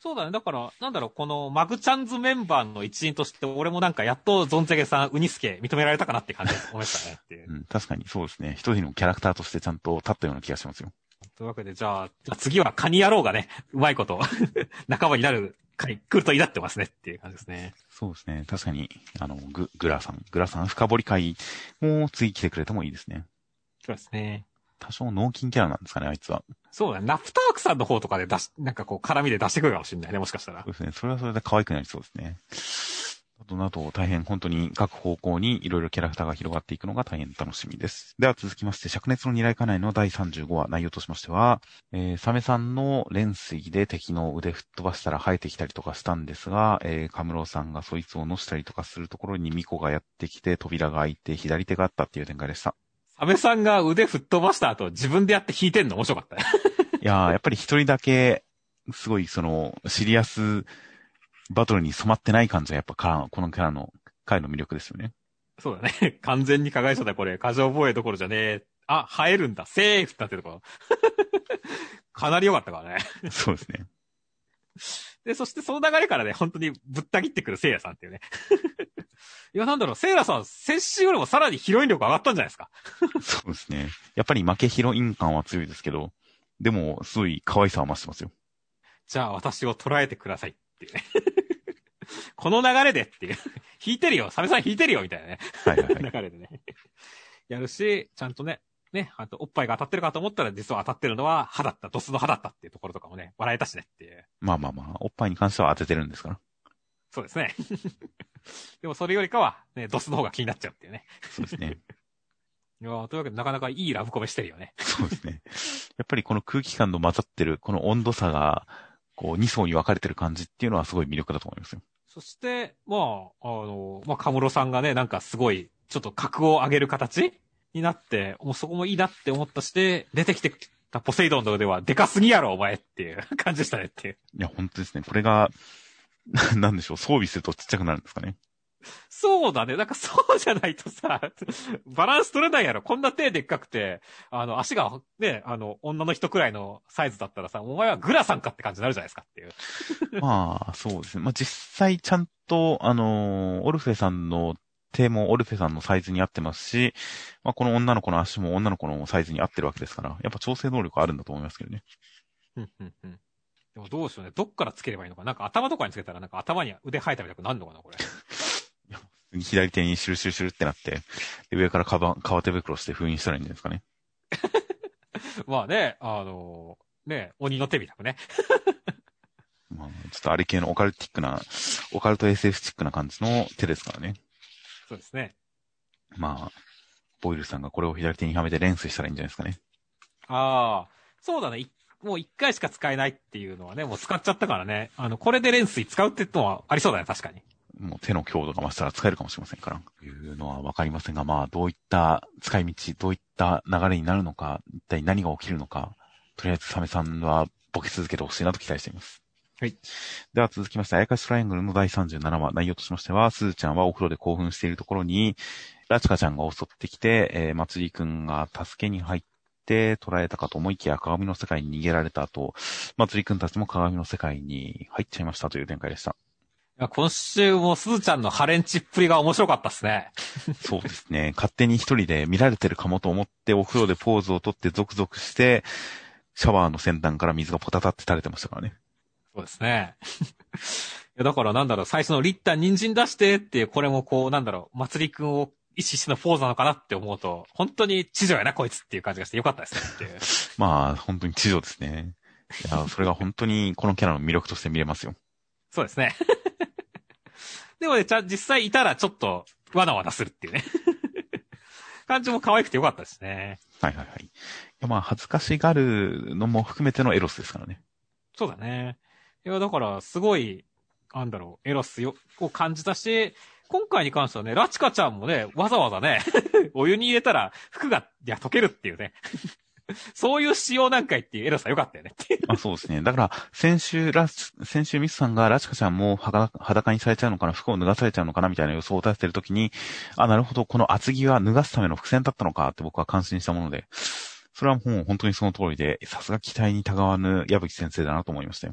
そうだね。だから、なんだろう、このマグチャンズメンバーの一員として、俺もなんかやっとゾンゼゲさん、ウニスケ認められたかなって感じ思いましたねっていう。 うん、確かにそうですね。一人のキャラクターとしてちゃんと立ったような気がしますよ。 というわけで、じゃあ、じゃあ次はカニ野郎がね、うまいこと、仲間になる回来るといいなってますねっていう感じですね。 そうですね。確かに、あの、グ、グラさん、グラさん深掘り会も次来てくれてもいいですね。 そうですね。 多少脳筋キャラなんですかね、あいつは。 そうだね。ナプタークさんの方とかで出し、なんかこう、絡みで出してくるかもしれないね、もしかしたら。 そうですね。それはそれで可愛くなりそうですね。あとなど大変本当に各方向にいろいろキャラクターが広がっていくのが大変楽しみです。では続きまして、灼熱の二来家内のだいさんじゅうごわ、内容としましては、えー、サメさんの連水で敵の腕吹っ飛ばしたら生えてきたりとかしたんですが、えー、カムロさんがそいつを乗したりとかするところにミコがやってきて扉が開いて左手があったっていう展開でした。 サメさんが腕吹っ飛ばした後、自分でやって引いてんの面白かったね。 いやー、やっぱり一人だけ、すごいその、シリアスバトルに染まってない感じはやっぱかこのキャラの、彼の魅力ですよね。 そうだね。完全に加害者だ、これ。過剰防衛どころじゃねえ。あ、生えるんだ。セーフってなってるところ。かなり良かったからね。 そうですね。 で、そしてその流れからね、本当にぶった切ってくるセイラさんっていうね。いや、なんだろう、セイラさん、先週よりもさらにヒロイン力上がったんじゃないですか。 そうですね。やっぱり負けヒロイン感は強いですけど、でも、すごい可愛さは増してますよ。 じゃあ、私を捉えてくださいっていうね。この流れでっていう。引いてるよ、サメさん引いてるよ、みたいなね。 はいはいはい。 流れでね。やるし、ちゃんとね、ね、あと、おっぱいが当たってるかと思ったら、実は当たってるのは歯だった、ドスの歯だったっていうところとかもね、笑えたしねっていう。 まあまあまあ、おっぱいに関しては当ててるんですから。 そうですね。でもそれよりかは、ね、ドスの方が気になっちゃうっていうね。 そうですね。 いやーというわけでなかなかいいラブコメしてるよね。 そうですね。やっぱりこの空気感の混ざってる、この温度差が、こう、二層に分かれてる感じっていうのはすごい魅力だと思いますよ。 そして、まあ、あの、まあ、カムロさんがね、なんかすごい、ちょっと格を上げる形になって、もうそこもいいなって思ったして、出てきてたポセイドンの腕はでかすぎやろ、お前っていう感じでしたねっていう。 いや、本当ですね。これが、なんでしょう、装備するとちっちゃくなるんですかね。 そうだね。なんかそうじゃないとさ、バランス取れないやろ。こんな手でっかくて、あの、足がね、あの、女の人くらいのサイズだったらさ、お前はグラさんかって感じになるじゃないですかっていう。 まあ、そうですね。まあ実際ちゃんと、あのー、オルフェさんの手もオルフェさんのサイズに合ってますし、まあこの女の子の足も女の子のサイズに合ってるわけですから、やっぱ調整能力あるんだと思いますけどね。 うんうんうん。でもどうしようね。どっからつければいいのか。なんか頭とかにつけたらなんか頭に腕生えたみたくなるのかな、これ。 左手にシュルシュルシュルってなって、で上からカバン、革手袋して封印したらいいんじゃないですかね。 まあね、あのー、ね、鬼の手みたくね。 まあ、ちょっとあれ系のオカルティックな、オカルト エスエフ チックな感じの手ですからね。 そうですね。 まあ、ボイルさんがこれを左手にはめて連水したらいいんじゃないですかね。 ああ、そうだね。もう一回しか使えないっていうのはね、もう使っちゃったからね。あの、これで連水使うってのはありそうだね、確かに。 もう手の強度が増したら使えるかもしれませんから。というのはわかりませんが、まあ、どういった使い道、どういった流れになるのか、一体何が起きるのか、とりあえずサメさんはボケ続けてほしいなと期待しています。 はい。 では続きまして、あやかしトライアングルのだいさんじゅうななわ、内容としましては、すずちゃんはお風呂で興奮しているところに、ラチカちゃんが襲ってきて、えー、まつりくんが助けに入って捕らえたかと思いきや鏡の世界に逃げられた後、まつりくんたちも鏡の世界に入っちゃいましたという展開でした。 今週もすずちゃんのハレンチっぷりが面白かったっすね。 そうですね。勝手に一人で見られてるかもと思ってお風呂でポーズをとってゾクゾクして、シャワーの先端から水がポタタって垂れてましたからね。 そうですね。いやだからなんだろう、最初のリッター人参出してっていう、これもこう、なんだろう、まつりくんを意識してのポーズなのかなって思うと、本当に知女やな、こいつっていう感じがしてよかったですねっていう。 まあ、本当に知女ですね。いや、それが本当にこのキャラの魅力として見れますよ。 そうですね。でもね、ちゃ、実際いたらちょっと、わなわなするっていうね。感じも可愛くてよかったですね。 はいはいはい。いやまあ、恥ずかしがるのも含めてのエロスですからね。 そうだね。いや、だから、すごい、なんだろう、エロスよを感じたし、今回に関してはね、ラチカちゃんもね、わざわざね、お湯に入れたら服が、いや、溶けるっていうね。そういう仕様なんかいっていうエロさよかったよねっていう。 あ、そうですね。だから、先週、ラ先週ミスさんがラチカちゃんも裸にされちゃうのかな、服を脱がされちゃうのかな、みたいな予想を立ててるときに、あ、なるほど、この厚着は脱がすための伏線だったのかって僕は感心したもので、それはもう本当にその通りで、さすが期待にたがわぬ矢吹先生だなと思いましたよ。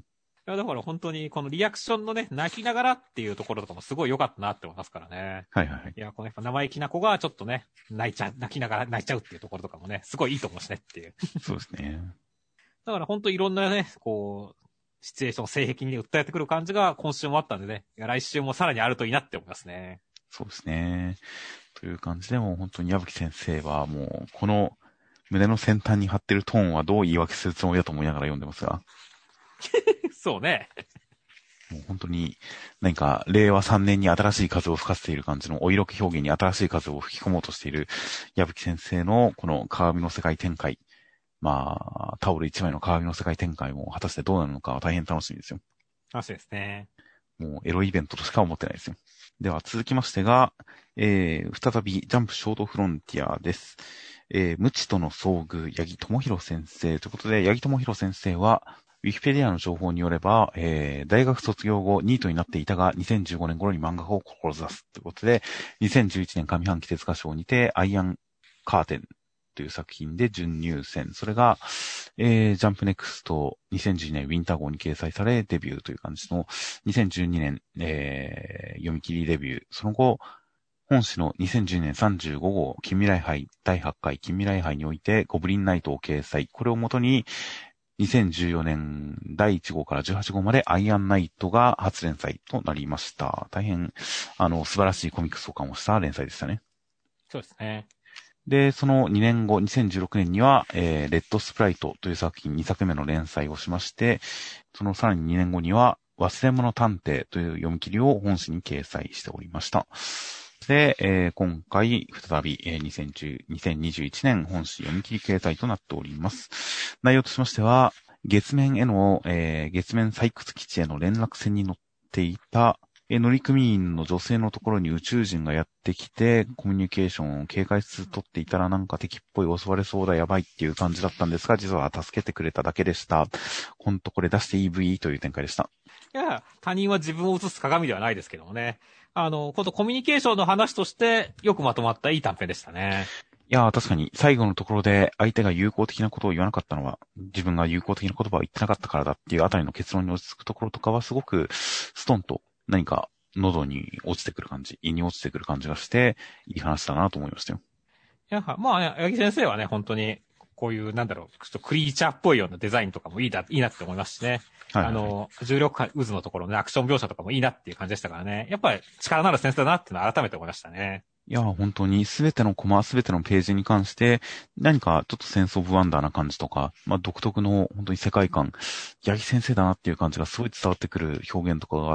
や、だから本当にこのリアクションのね、泣きながらっていうところとかもすごい良かったなって思いますからね。 はいはいはい。 いや、このやっぱ生意気な子がちょっとね、泣いちゃう、泣きながら泣いちゃうっていうところとかもね、すごいいいと思うしねっていう。 そうですね。 だから本当いろんなね、こう、シチュエーションを性癖に訴えてくる感じが今週もあったんでね、いや来週もさらにあるといいなって思いますね。 そうですね。という感じでもう本当に矢吹先生はもう、この胸の先端に張ってるトーンはどう言い訳するつもりだと思いながら読んでますが。 そうね。 もう本当に何か令和さんねんに新しい風を吹かせている感じのお色気表現に新しい風を吹き込もうとしている矢吹先生のこの鏡の世界展開。まあ、タオル一枚の鏡の世界展開も果たしてどうなるのかは大変楽しみですよ。 楽しいですね。 もうエロイベントとしか思ってないですよ。では続きましてが、えー、再びジャンプショートフロンティアです。えー、無知との遭遇、八木智弘先生ということで、八木智弘先生は、ウィキペディアの情報によれば、えー、大学卒業後ニートになっていたが、にせんじゅうごねん頃に漫画家を志すということで、にせんじゅういちねん上半期手塚賞にて、アイアンカーテンという作品で準入選。それが、えー、ジャンプネクストにせんじゅうにねんウィンター号に掲載され、デビューという感じのにせんじゅうにねん、えー、読み切りデビュー。その後、本誌のにせんじゅうにねんさんじゅうご号、近未来杯だいはちかい近未来杯においてゴブリンナイトを掲載。これをもとに、にせんじゅうよねんだいいち号からじゅうはち号までアイアンナイトが初連載となりました。大変、あの、素晴らしいコミックスを感をした連載でしたね。 そうですね。 で、そのにねんご、にせんじゅうろくねんには、えー、レッドスプライトという作品にさくめの連載をしまして、そのさらににねんごには、忘れ物探偵という読み切りを本誌に掲載しておりました。で、えー、今回、再び、えー、にせんじゅう、にせんにじゅういちねん本誌読み切り掲載となっております。内容としましては、月面への、えー、月面採掘基地への連絡船に乗っていた、えー、乗組員の女性のところに宇宙人がやってきて、コミュニケーションを警戒しつつ取っていたらなんか敵っぽい襲われそうだやばいっていう感じだったんですが、実は助けてくれただけでした。ほんとこれ出して イーブイ という展開でした。 いや、他人は自分を映す鏡ではないですけどもね。あの、今度コミュニケーションの話としてよくまとまったいい短編でしたね。 いやー確かに最後のところで相手が友好的なことを言わなかったのは自分が友好的な言葉を言ってなかったからだっていうあたりの結論に落ち着くところとかはすごくストンと何か喉に落ちてくる感じ、胃に落ちてくる感じがしていい話だなと思いましたよ。 いや、まあ、八木先生はね、本当にこういうなんだろう、ちょっとクリーチャーっぽいようなデザインとかもいいだ、いいなって思いますしね。はいはいはい、あの、重力渦のところの、ね、アクション描写とかもいいなっていう感じでしたからね。やっぱり力のある先生だなっていうのは改めて思いましたね。 いや、本当にすべてのコマ、すべてのページに関して、何かちょっとセンスオブワンダーな感じとか、まあ独特の本当に世界観、八木先生だなっていう感じがすごい伝わってくる表現とかがあって、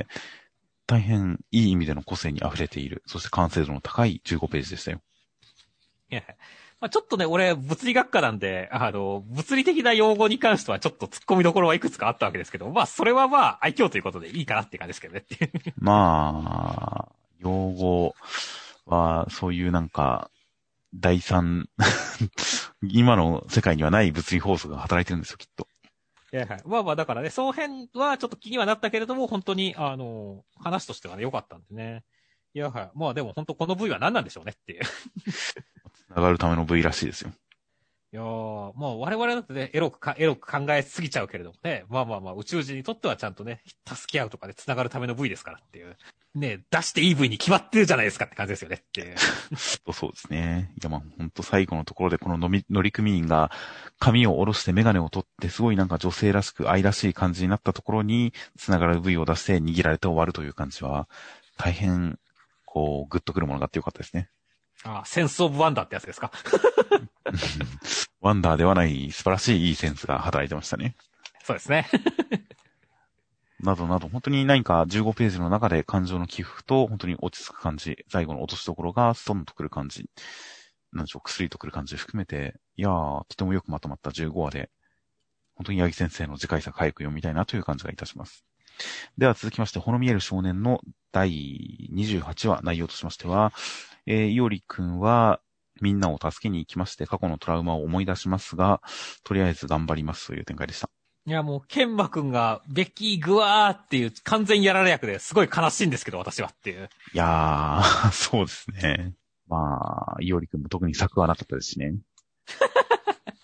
大変いい意味での個性に溢れている、そして完成度の高いじゅうごページでしたよ。 いや、まあ、ちょっとね、俺、物理学科なんで、あの、物理的な用語に関してはちょっと突っ込みどころはいくつかあったわけですけど、まあ、それはまあ、愛嬌ということでいいかなっていう感じですけどね。 まあ、用語は、そういうなんか、第三、今の世界にはない物理法則が働いてるんですよ、きっと。 いや、はい。まあまあ、だからね、その辺はちょっと気にはなったけれども、本当に、あの、話としてはね、良かったんでね。いや、はい。まあでも本当この部位は何なんでしょうねっていう。 繋がるための部位らしいですよ。 いやー、まあ我々だってね、エロくか、エロく考えすぎちゃうけれどもね、まあまあまあ宇宙人にとってはちゃんとね、助け合うとかで繋がるための部位ですからっていう。ね、出していい部位に決まってるじゃないですかって感じですよねっていう。 そうですね。いやまあほんと最後のところでこの乗組員が髪を下ろしてメガネを取ってすごいなんか女性らしく愛らしい感じになったところに繋がる部位を出して握られて終わるという感じは大変こうグッとくるものがあってよかったですね。 ああ、センスオブワンダーってやつですか。 ワンダーではない素晴らしいいいセンスが働いてましたね。 そうですね。 などなど、本当に何かじゅうごページの中で感情の起伏と本当に落ち着く感じ、最後の落としどころがストンとくる感じ、なんでしょう、薬とくる感じ含めて、いやー、とてもよくまとまったじゅうごわで、本当に八木先生の次回作早く読みたいなという感じがいたします。では続きまして、ほの見える少年のだいにじゅうはちわ、内容としましては、えー、いおりくんはみんなを助けに行きまして過去のトラウマを思い出しますが、とりあえず頑張りますという展開でした。 いやもう、ケンマくんが、ベッキーグワーっていう完全やられ役ですごい悲しいんですけど、私はっていう。 いやー、そうですね。まあ、いおりくんも特に作はなかったですしね。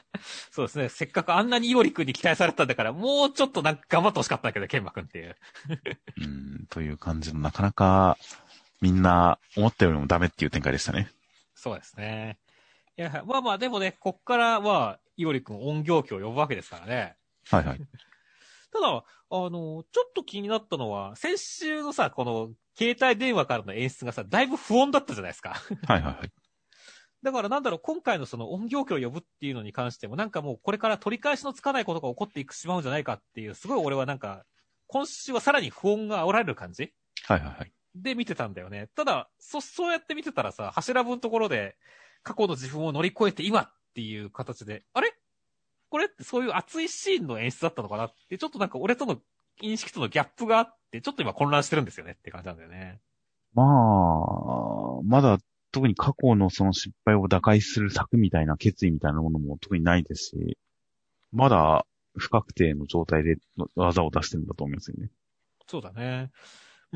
そうですね。せっかくあんなにイオリ君に期待されてたんだから、もうちょっとなんか頑張ってほしかったんだけど、ケンマ君っていう。 うん、という感じの、なかなか、みんな思ったよりもダメっていう展開でしたね。 そうですね。いや、まあまあ、でもね、こっからは、イオリ君音響機を呼ぶわけですからね。 はいはい。 ただ、あの、ちょっと気になったのは、先週のさ、この、携帯電話からの演出がさ、だいぶ不穏だったじゃないですか。 はいはいはい。 だからなんだろう、今回のその音響機を呼ぶっていうのに関しても、なんかもうこれから取り返しのつかないことが起こっていくしまうんじゃないかっていう、すごい俺はなんか、今週はさらに不穏が煽られる感じはいはいはい。 で見てたんだよね。ただ、そ、そうやって見てたらさ、柱分のところで、過去の自分を乗り越えて今っていう形で、あれこれってそういう熱いシーンの演出だったのかなって、ちょっとなんか俺との認識とのギャップがあって、ちょっと今混乱してるんですよねって感じなんだよね。 まあ、まだ特に過去のその失敗を打開する策みたいな決意みたいなものも特にないですし、まだ不確定の状態で技を出してるんだと思いますよね。 そうだね。うん。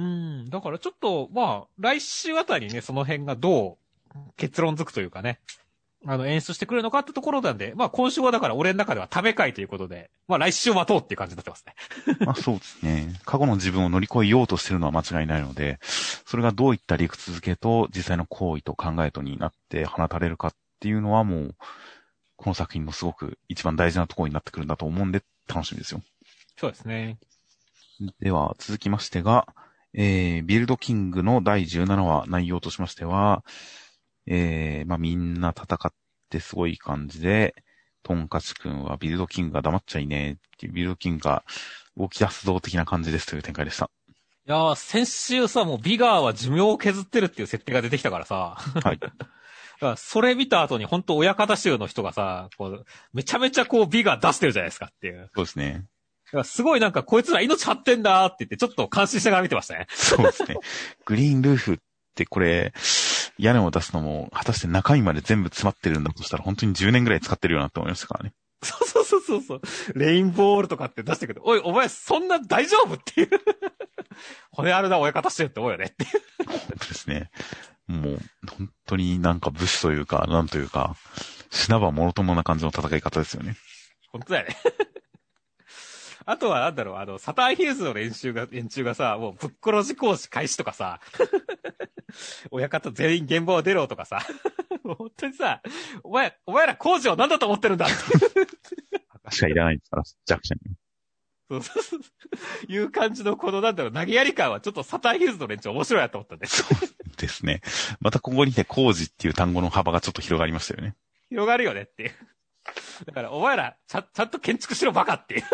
だからちょっと、まあ、来週あたりね、その辺がどう結論づくというかね、あの演出してくれるのかってところなんで、まあ今週はだから俺の中ではため会ということで、まあ来週待とうっていう感じになってますね。 まあそうですね。過去の自分を乗り越えようとしてるのは間違いないので、それがどういった理屈付けと実際の行為と考えとになって放たれるかっていうのはもう、この作品のすごく一番大事なところになってくるんだと思うんで楽しみですよ。 そうですね。 では続きましてが、えー、ビルドキングのだいじゅうななわ内容としましては、えー、まあみんな戦ってすごい感じで、トンカチ君はビルドキングが黙っちゃいねえっていうビルドキングが動き出すぞ的な感じですという展開でした。 いやー、先週さ、もうビガーは寿命を削ってるっていう設定が出てきたからさ。 はい。 だからそれ見た後に本当親方衆の人がさ、こう、めちゃめちゃこうビガー出してるじゃないですかっていう。 そうですね。 だからすごいなんかこいつら命張ってんだーって言ってちょっと感心しながら見てましたね。 そうですね。グリーンルーフってこれ、屋根を出すのも、果たして中身まで全部詰まってるんだとしたら、本当にじゅうねんぐらい使ってるよなと思いましたからね。 そうそうそうそうそう。レインボールとかって出してくる。おい、お前そんな大丈夫っていう。骨あるな親方してるって思うよねっていう。 本当ですね。もう、本当になんか武士というか、なんというか、死なばもろともな感じの戦い方ですよね。 本当だよね。あとはなんだろう、あの、サターンヒルズの練習が、練習がさ、もうぶっ殺し講師開始とかさ、親方全員現場を出ろとかさ、もう本当にさ、お前、お前ら工事を何だと思ってるんだって。 しかいらないんですから、弱者に。 そうそうそう。いう感じのこのなんだろう、投げやり感はちょっとサターンヒルズの連中面白いなと思ったんで。 そうですね。またここにて工事っていう単語の幅がちょっと広がりましたよね。 広がるよねっていう。だから、お前ら、ちゃ、ちゃんと建築しろバカっていう。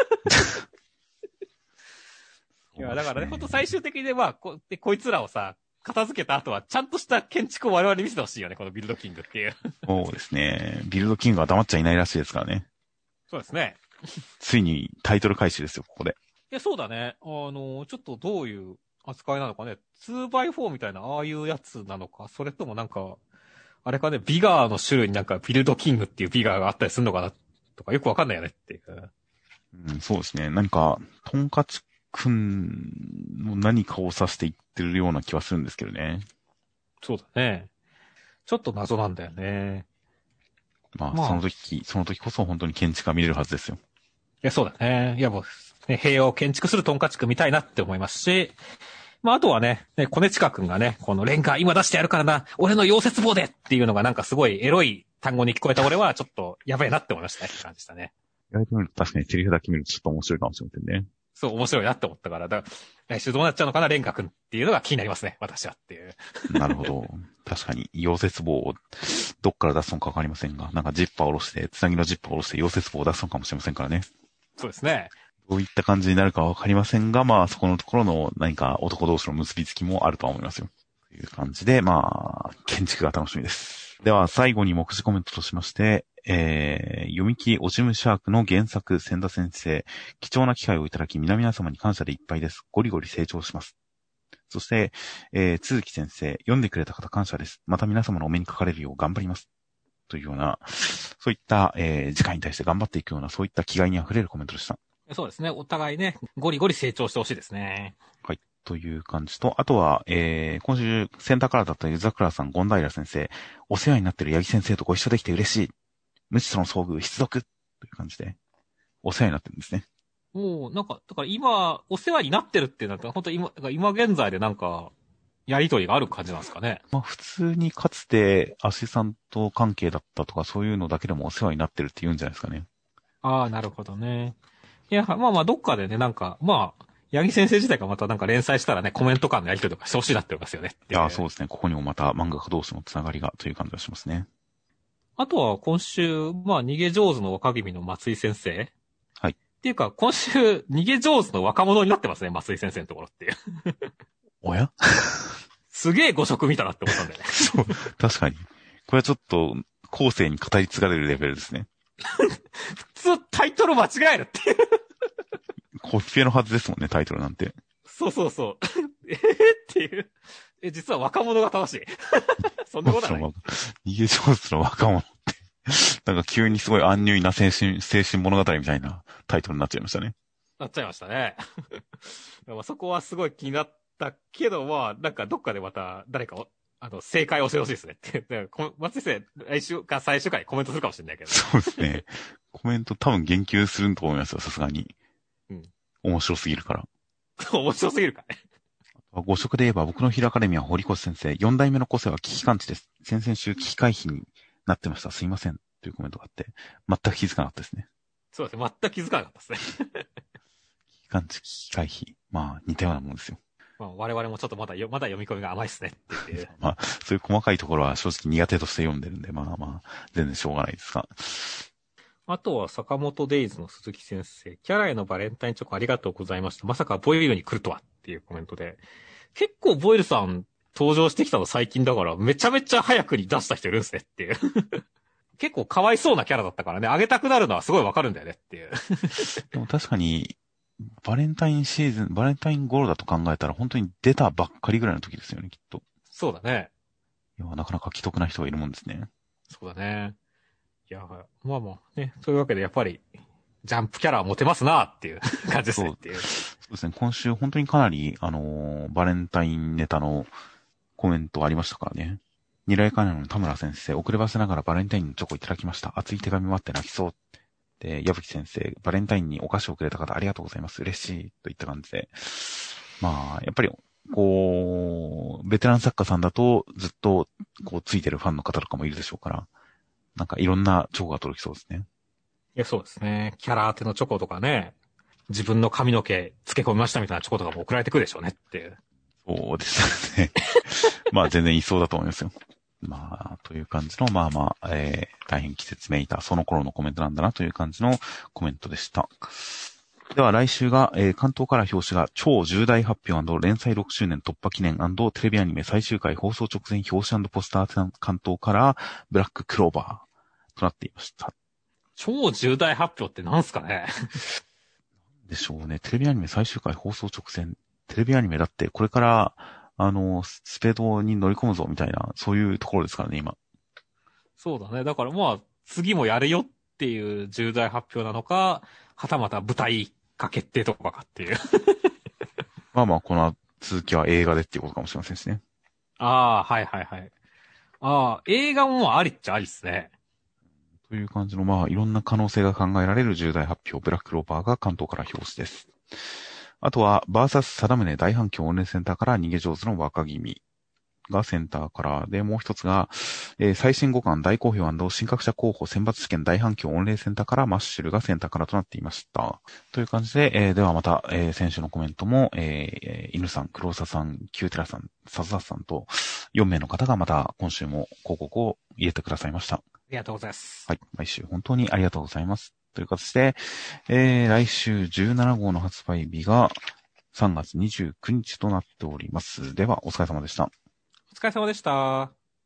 いや、だからね、ほんと最終的にね、まあ、こ、で、こいつらをさ、片付けた後は、ちゃんとした建築を我々に見せてほしいよね、このビルドキングっていう。 そうですね。ビルドキングは黙っちゃいないらしいですからね。 そうですね。 ついにタイトル開始ですよ、ここで。 いや、そうだね。あの、ちょっとどういう扱いなのかね。ツーバイフォー みたいな、ああいうやつなのか、それともなんか、あれかね、ビガーの種類になんかビルドキングっていうビガーがあったりするのかな、とかよくわかんないよねっていう。 うん、そうですね。何か、トンカチくんの何かを指していってるような気はするんですけどね。 そうだね。ちょっと謎なんだよね。 まあ、 まあその時、その時こそ本当に建築が見れるはずですよ。 いや、そうだね。いや、もう、ね、平和を建築するトンカチ君見たいなって思いますし、まあ、あとはね、ね、コネチカ君がね、このレンガ今出してやるからな、俺の溶接棒でっていうのがなんかすごいエロい単語に聞こえた俺はちょっとやべえなって思いましたねって感じでしたね。 意外と見ると確かにセリフだけ見るとちょっと面白いかもしれませんね。 そう、面白いなって思ったから、だから来週どうなっちゃうのかな、レンガ君っていうのが気になりますね、私はっていう。 なるほど。確かに、溶接棒をどっから出すのかわかりませんが、なんかジッパーを下ろして、つなぎのジッパーを下ろして溶接棒を出すのかもしれませんからね。 そうですね。 どういった感じになるかわかりませんが、まあ、そこのところの何か男同士の結びつきもあるとは思いますよ。という感じで、まあ、建築が楽しみです。では、最後に目次コメントとしまして、えー、読み切りオジムシャークの原作、千田先生、貴重な機会をいただき、皆々様に感謝でいっぱいです。ゴリゴリ成長します。そして、えー、鈴木先生、読んでくれた方感謝です。また皆様のお目にかかれるよう頑張ります。というような、そういった、えー、次回に対して頑張っていくような、そういった気概にあふれるコメントでした。 そうですね。お互いね、ゴリゴリ成長してほしいですね。 はい。という感じと、あとは、えー、今週センターからだった湯桜さん、権平先生、お世話になっている八木先生とご一緒できて嬉しい。無知との遭遇必読という感じで、お世話になってるんですね。 もう、なんか、だから今、お世話になってるってなったら、本当今、今現在でなんか、やりとりがある感じなんですかね。 まあ普通にかつてアシスタント関係だったとかそういうのだけでもお世話になってるって言うんじゃないですかね。 ああ、なるほどね。いや、まあまあ、どっかでね、なんか、まあ、八木先生自体がまたなんか連載したらね、コメント欄のやりとりとかしてほしいなって思いますよね。 いや、そうですね。ここにもまた漫画家同士のつながりがという感じがしますね。 あとは今週、まあ、逃げ上手の若君の松井先生。 はい。 っていうか、今週、逃げ上手の若者になってますね、松井先生のところっていう。 おやすげえ誤色見たなって思ったんだよね。 そう、確かに。これはちょっと、後世に語り継がれるレベルですね。 普通、タイトル間違えるっていう。 コピペのはずですもんね、タイトルなんて。 そうそうそう。えー、っていう。え、実は若者が正しい。そんなことはない。 逃げ上手の若者って。なんか急にすごい安入な精神、精神物語みたいなタイトルになっちゃいましたね。 なっちゃいましたね。まあそこはすごい気になったけど、まあ、なんかどっかでまた誰かを、あの、正解を教えてほしいですね。ってだから松井先生、来週か最終回コメントするかもしれないけど。 そうですね。コメント多分言及すると思いますよ、さすがに。うん。面白すぎるから。 面白すぎるかね。 ご職で言えば僕のヒーローアカデミア堀越先生、よん代目の個性は危機感知です。先々週危機回避になってました。すいません。というコメントがあって、全く気づかなかったですね。 そうですね。全く気づかなかったですね。 危機感知、危機回避。まあ、似たようなもんですよ。 まあ、我々もちょっとまだよ、まだ読み込みが甘いですねっていう。 まあ、そういう細かいところは正直苦手として読んでるんで、まあまあ、全然しょうがないですが。 あとは坂本デイズの鈴木先生、キャラへのバレンタインチョコありがとうございました。まさかボイルに来るとはっていうコメントで。結構ボイルさん登場してきたの最近だから、めちゃめちゃ早くに出した人いるんですねっていう。結構かわいそうなキャラだったからね、あげたくなるのはすごいわかるんだよねっていう。 でも確かに、バレンタインシーズン、バレンタイン頃だと考えたら本当に出たばっかりぐらいの時ですよね、きっと。 そうだね。 いや、なかなか既得な人がいるもんですね。 そうだね。いや、まあまあね、そういうわけでやっぱり、ジャンプキャラはモテますなっていう感じですねっていう。 そうですね、今週本当にかなり、あのー、バレンタインネタのコメントありましたからね。二来カネの田村先生、遅ればせながらバレンタインのチョコいただきました。熱い手紙待って泣きそう。で、矢吹先生、バレンタインにお菓子をくれた方ありがとうございます。嬉しい。といった感じで。まあ、やっぱり、こう、ベテラン作家さんだとずっと、こう、ついてるファンの方とかもいるでしょうから、なんかいろんなチョコが届きそうですね。 いや、そうですね。キャラ当てのチョコとかね、自分の髪の毛付け込みましたみたいなチョコとかも送られてくるでしょうねっていう。 そうですね。まあ全然いそうだと思いますよ。まあ、という感じの、まあまあ、えー、大変季節めいたその頃のコメントなんだなという感じのコメントでした。では来週が、えー、関東から表紙が超重大発表&連載ろくしゅうねん突破記念&テレビアニメ最終回放送直前表紙&ポスター関東からブラッククローバーとなっていました。 超重大発表ってなんすかねでしょうね。テレビアニメ最終回放送直前。テレビアニメだってこれから、あの、スペードに乗り込むぞみたいな、そういうところですからね、今。 そうだね。だからまあ、次もやるよっていう重大発表なのか、はたまた舞台化決定とかかっていう。 まあまあ、この続きは映画でっていうことかもしれませんしね。 ああ、はいはいはい。ああ、映画もありっちゃありっすね。 という感じの、まあ、いろんな可能性が考えられる重大発表、ブラックローバーが関東から表紙です。あとは、バーサス定宗大反響オンラインセンターから逃げ上手の若君がセンターからで、もう一つが、えー、最新五巻大好評&新格者候補選抜試験大反響オンラインセンターからマッシュルがセンターからとなっていました。という感じで、えー、ではまた、えー、先週のコメントも、えー、犬さん、黒沢さん、キューテラさん、サズダさんとよんめいの方がまた今週も広告を入れてくださいました。 ありがとうございます。 はい。毎週本当にありがとうございます。という形で、えー、来週じゅうなな号の発売日がさんがつにじゅうくにちとなっております。では、お疲れ様でした。 お疲れ様でした。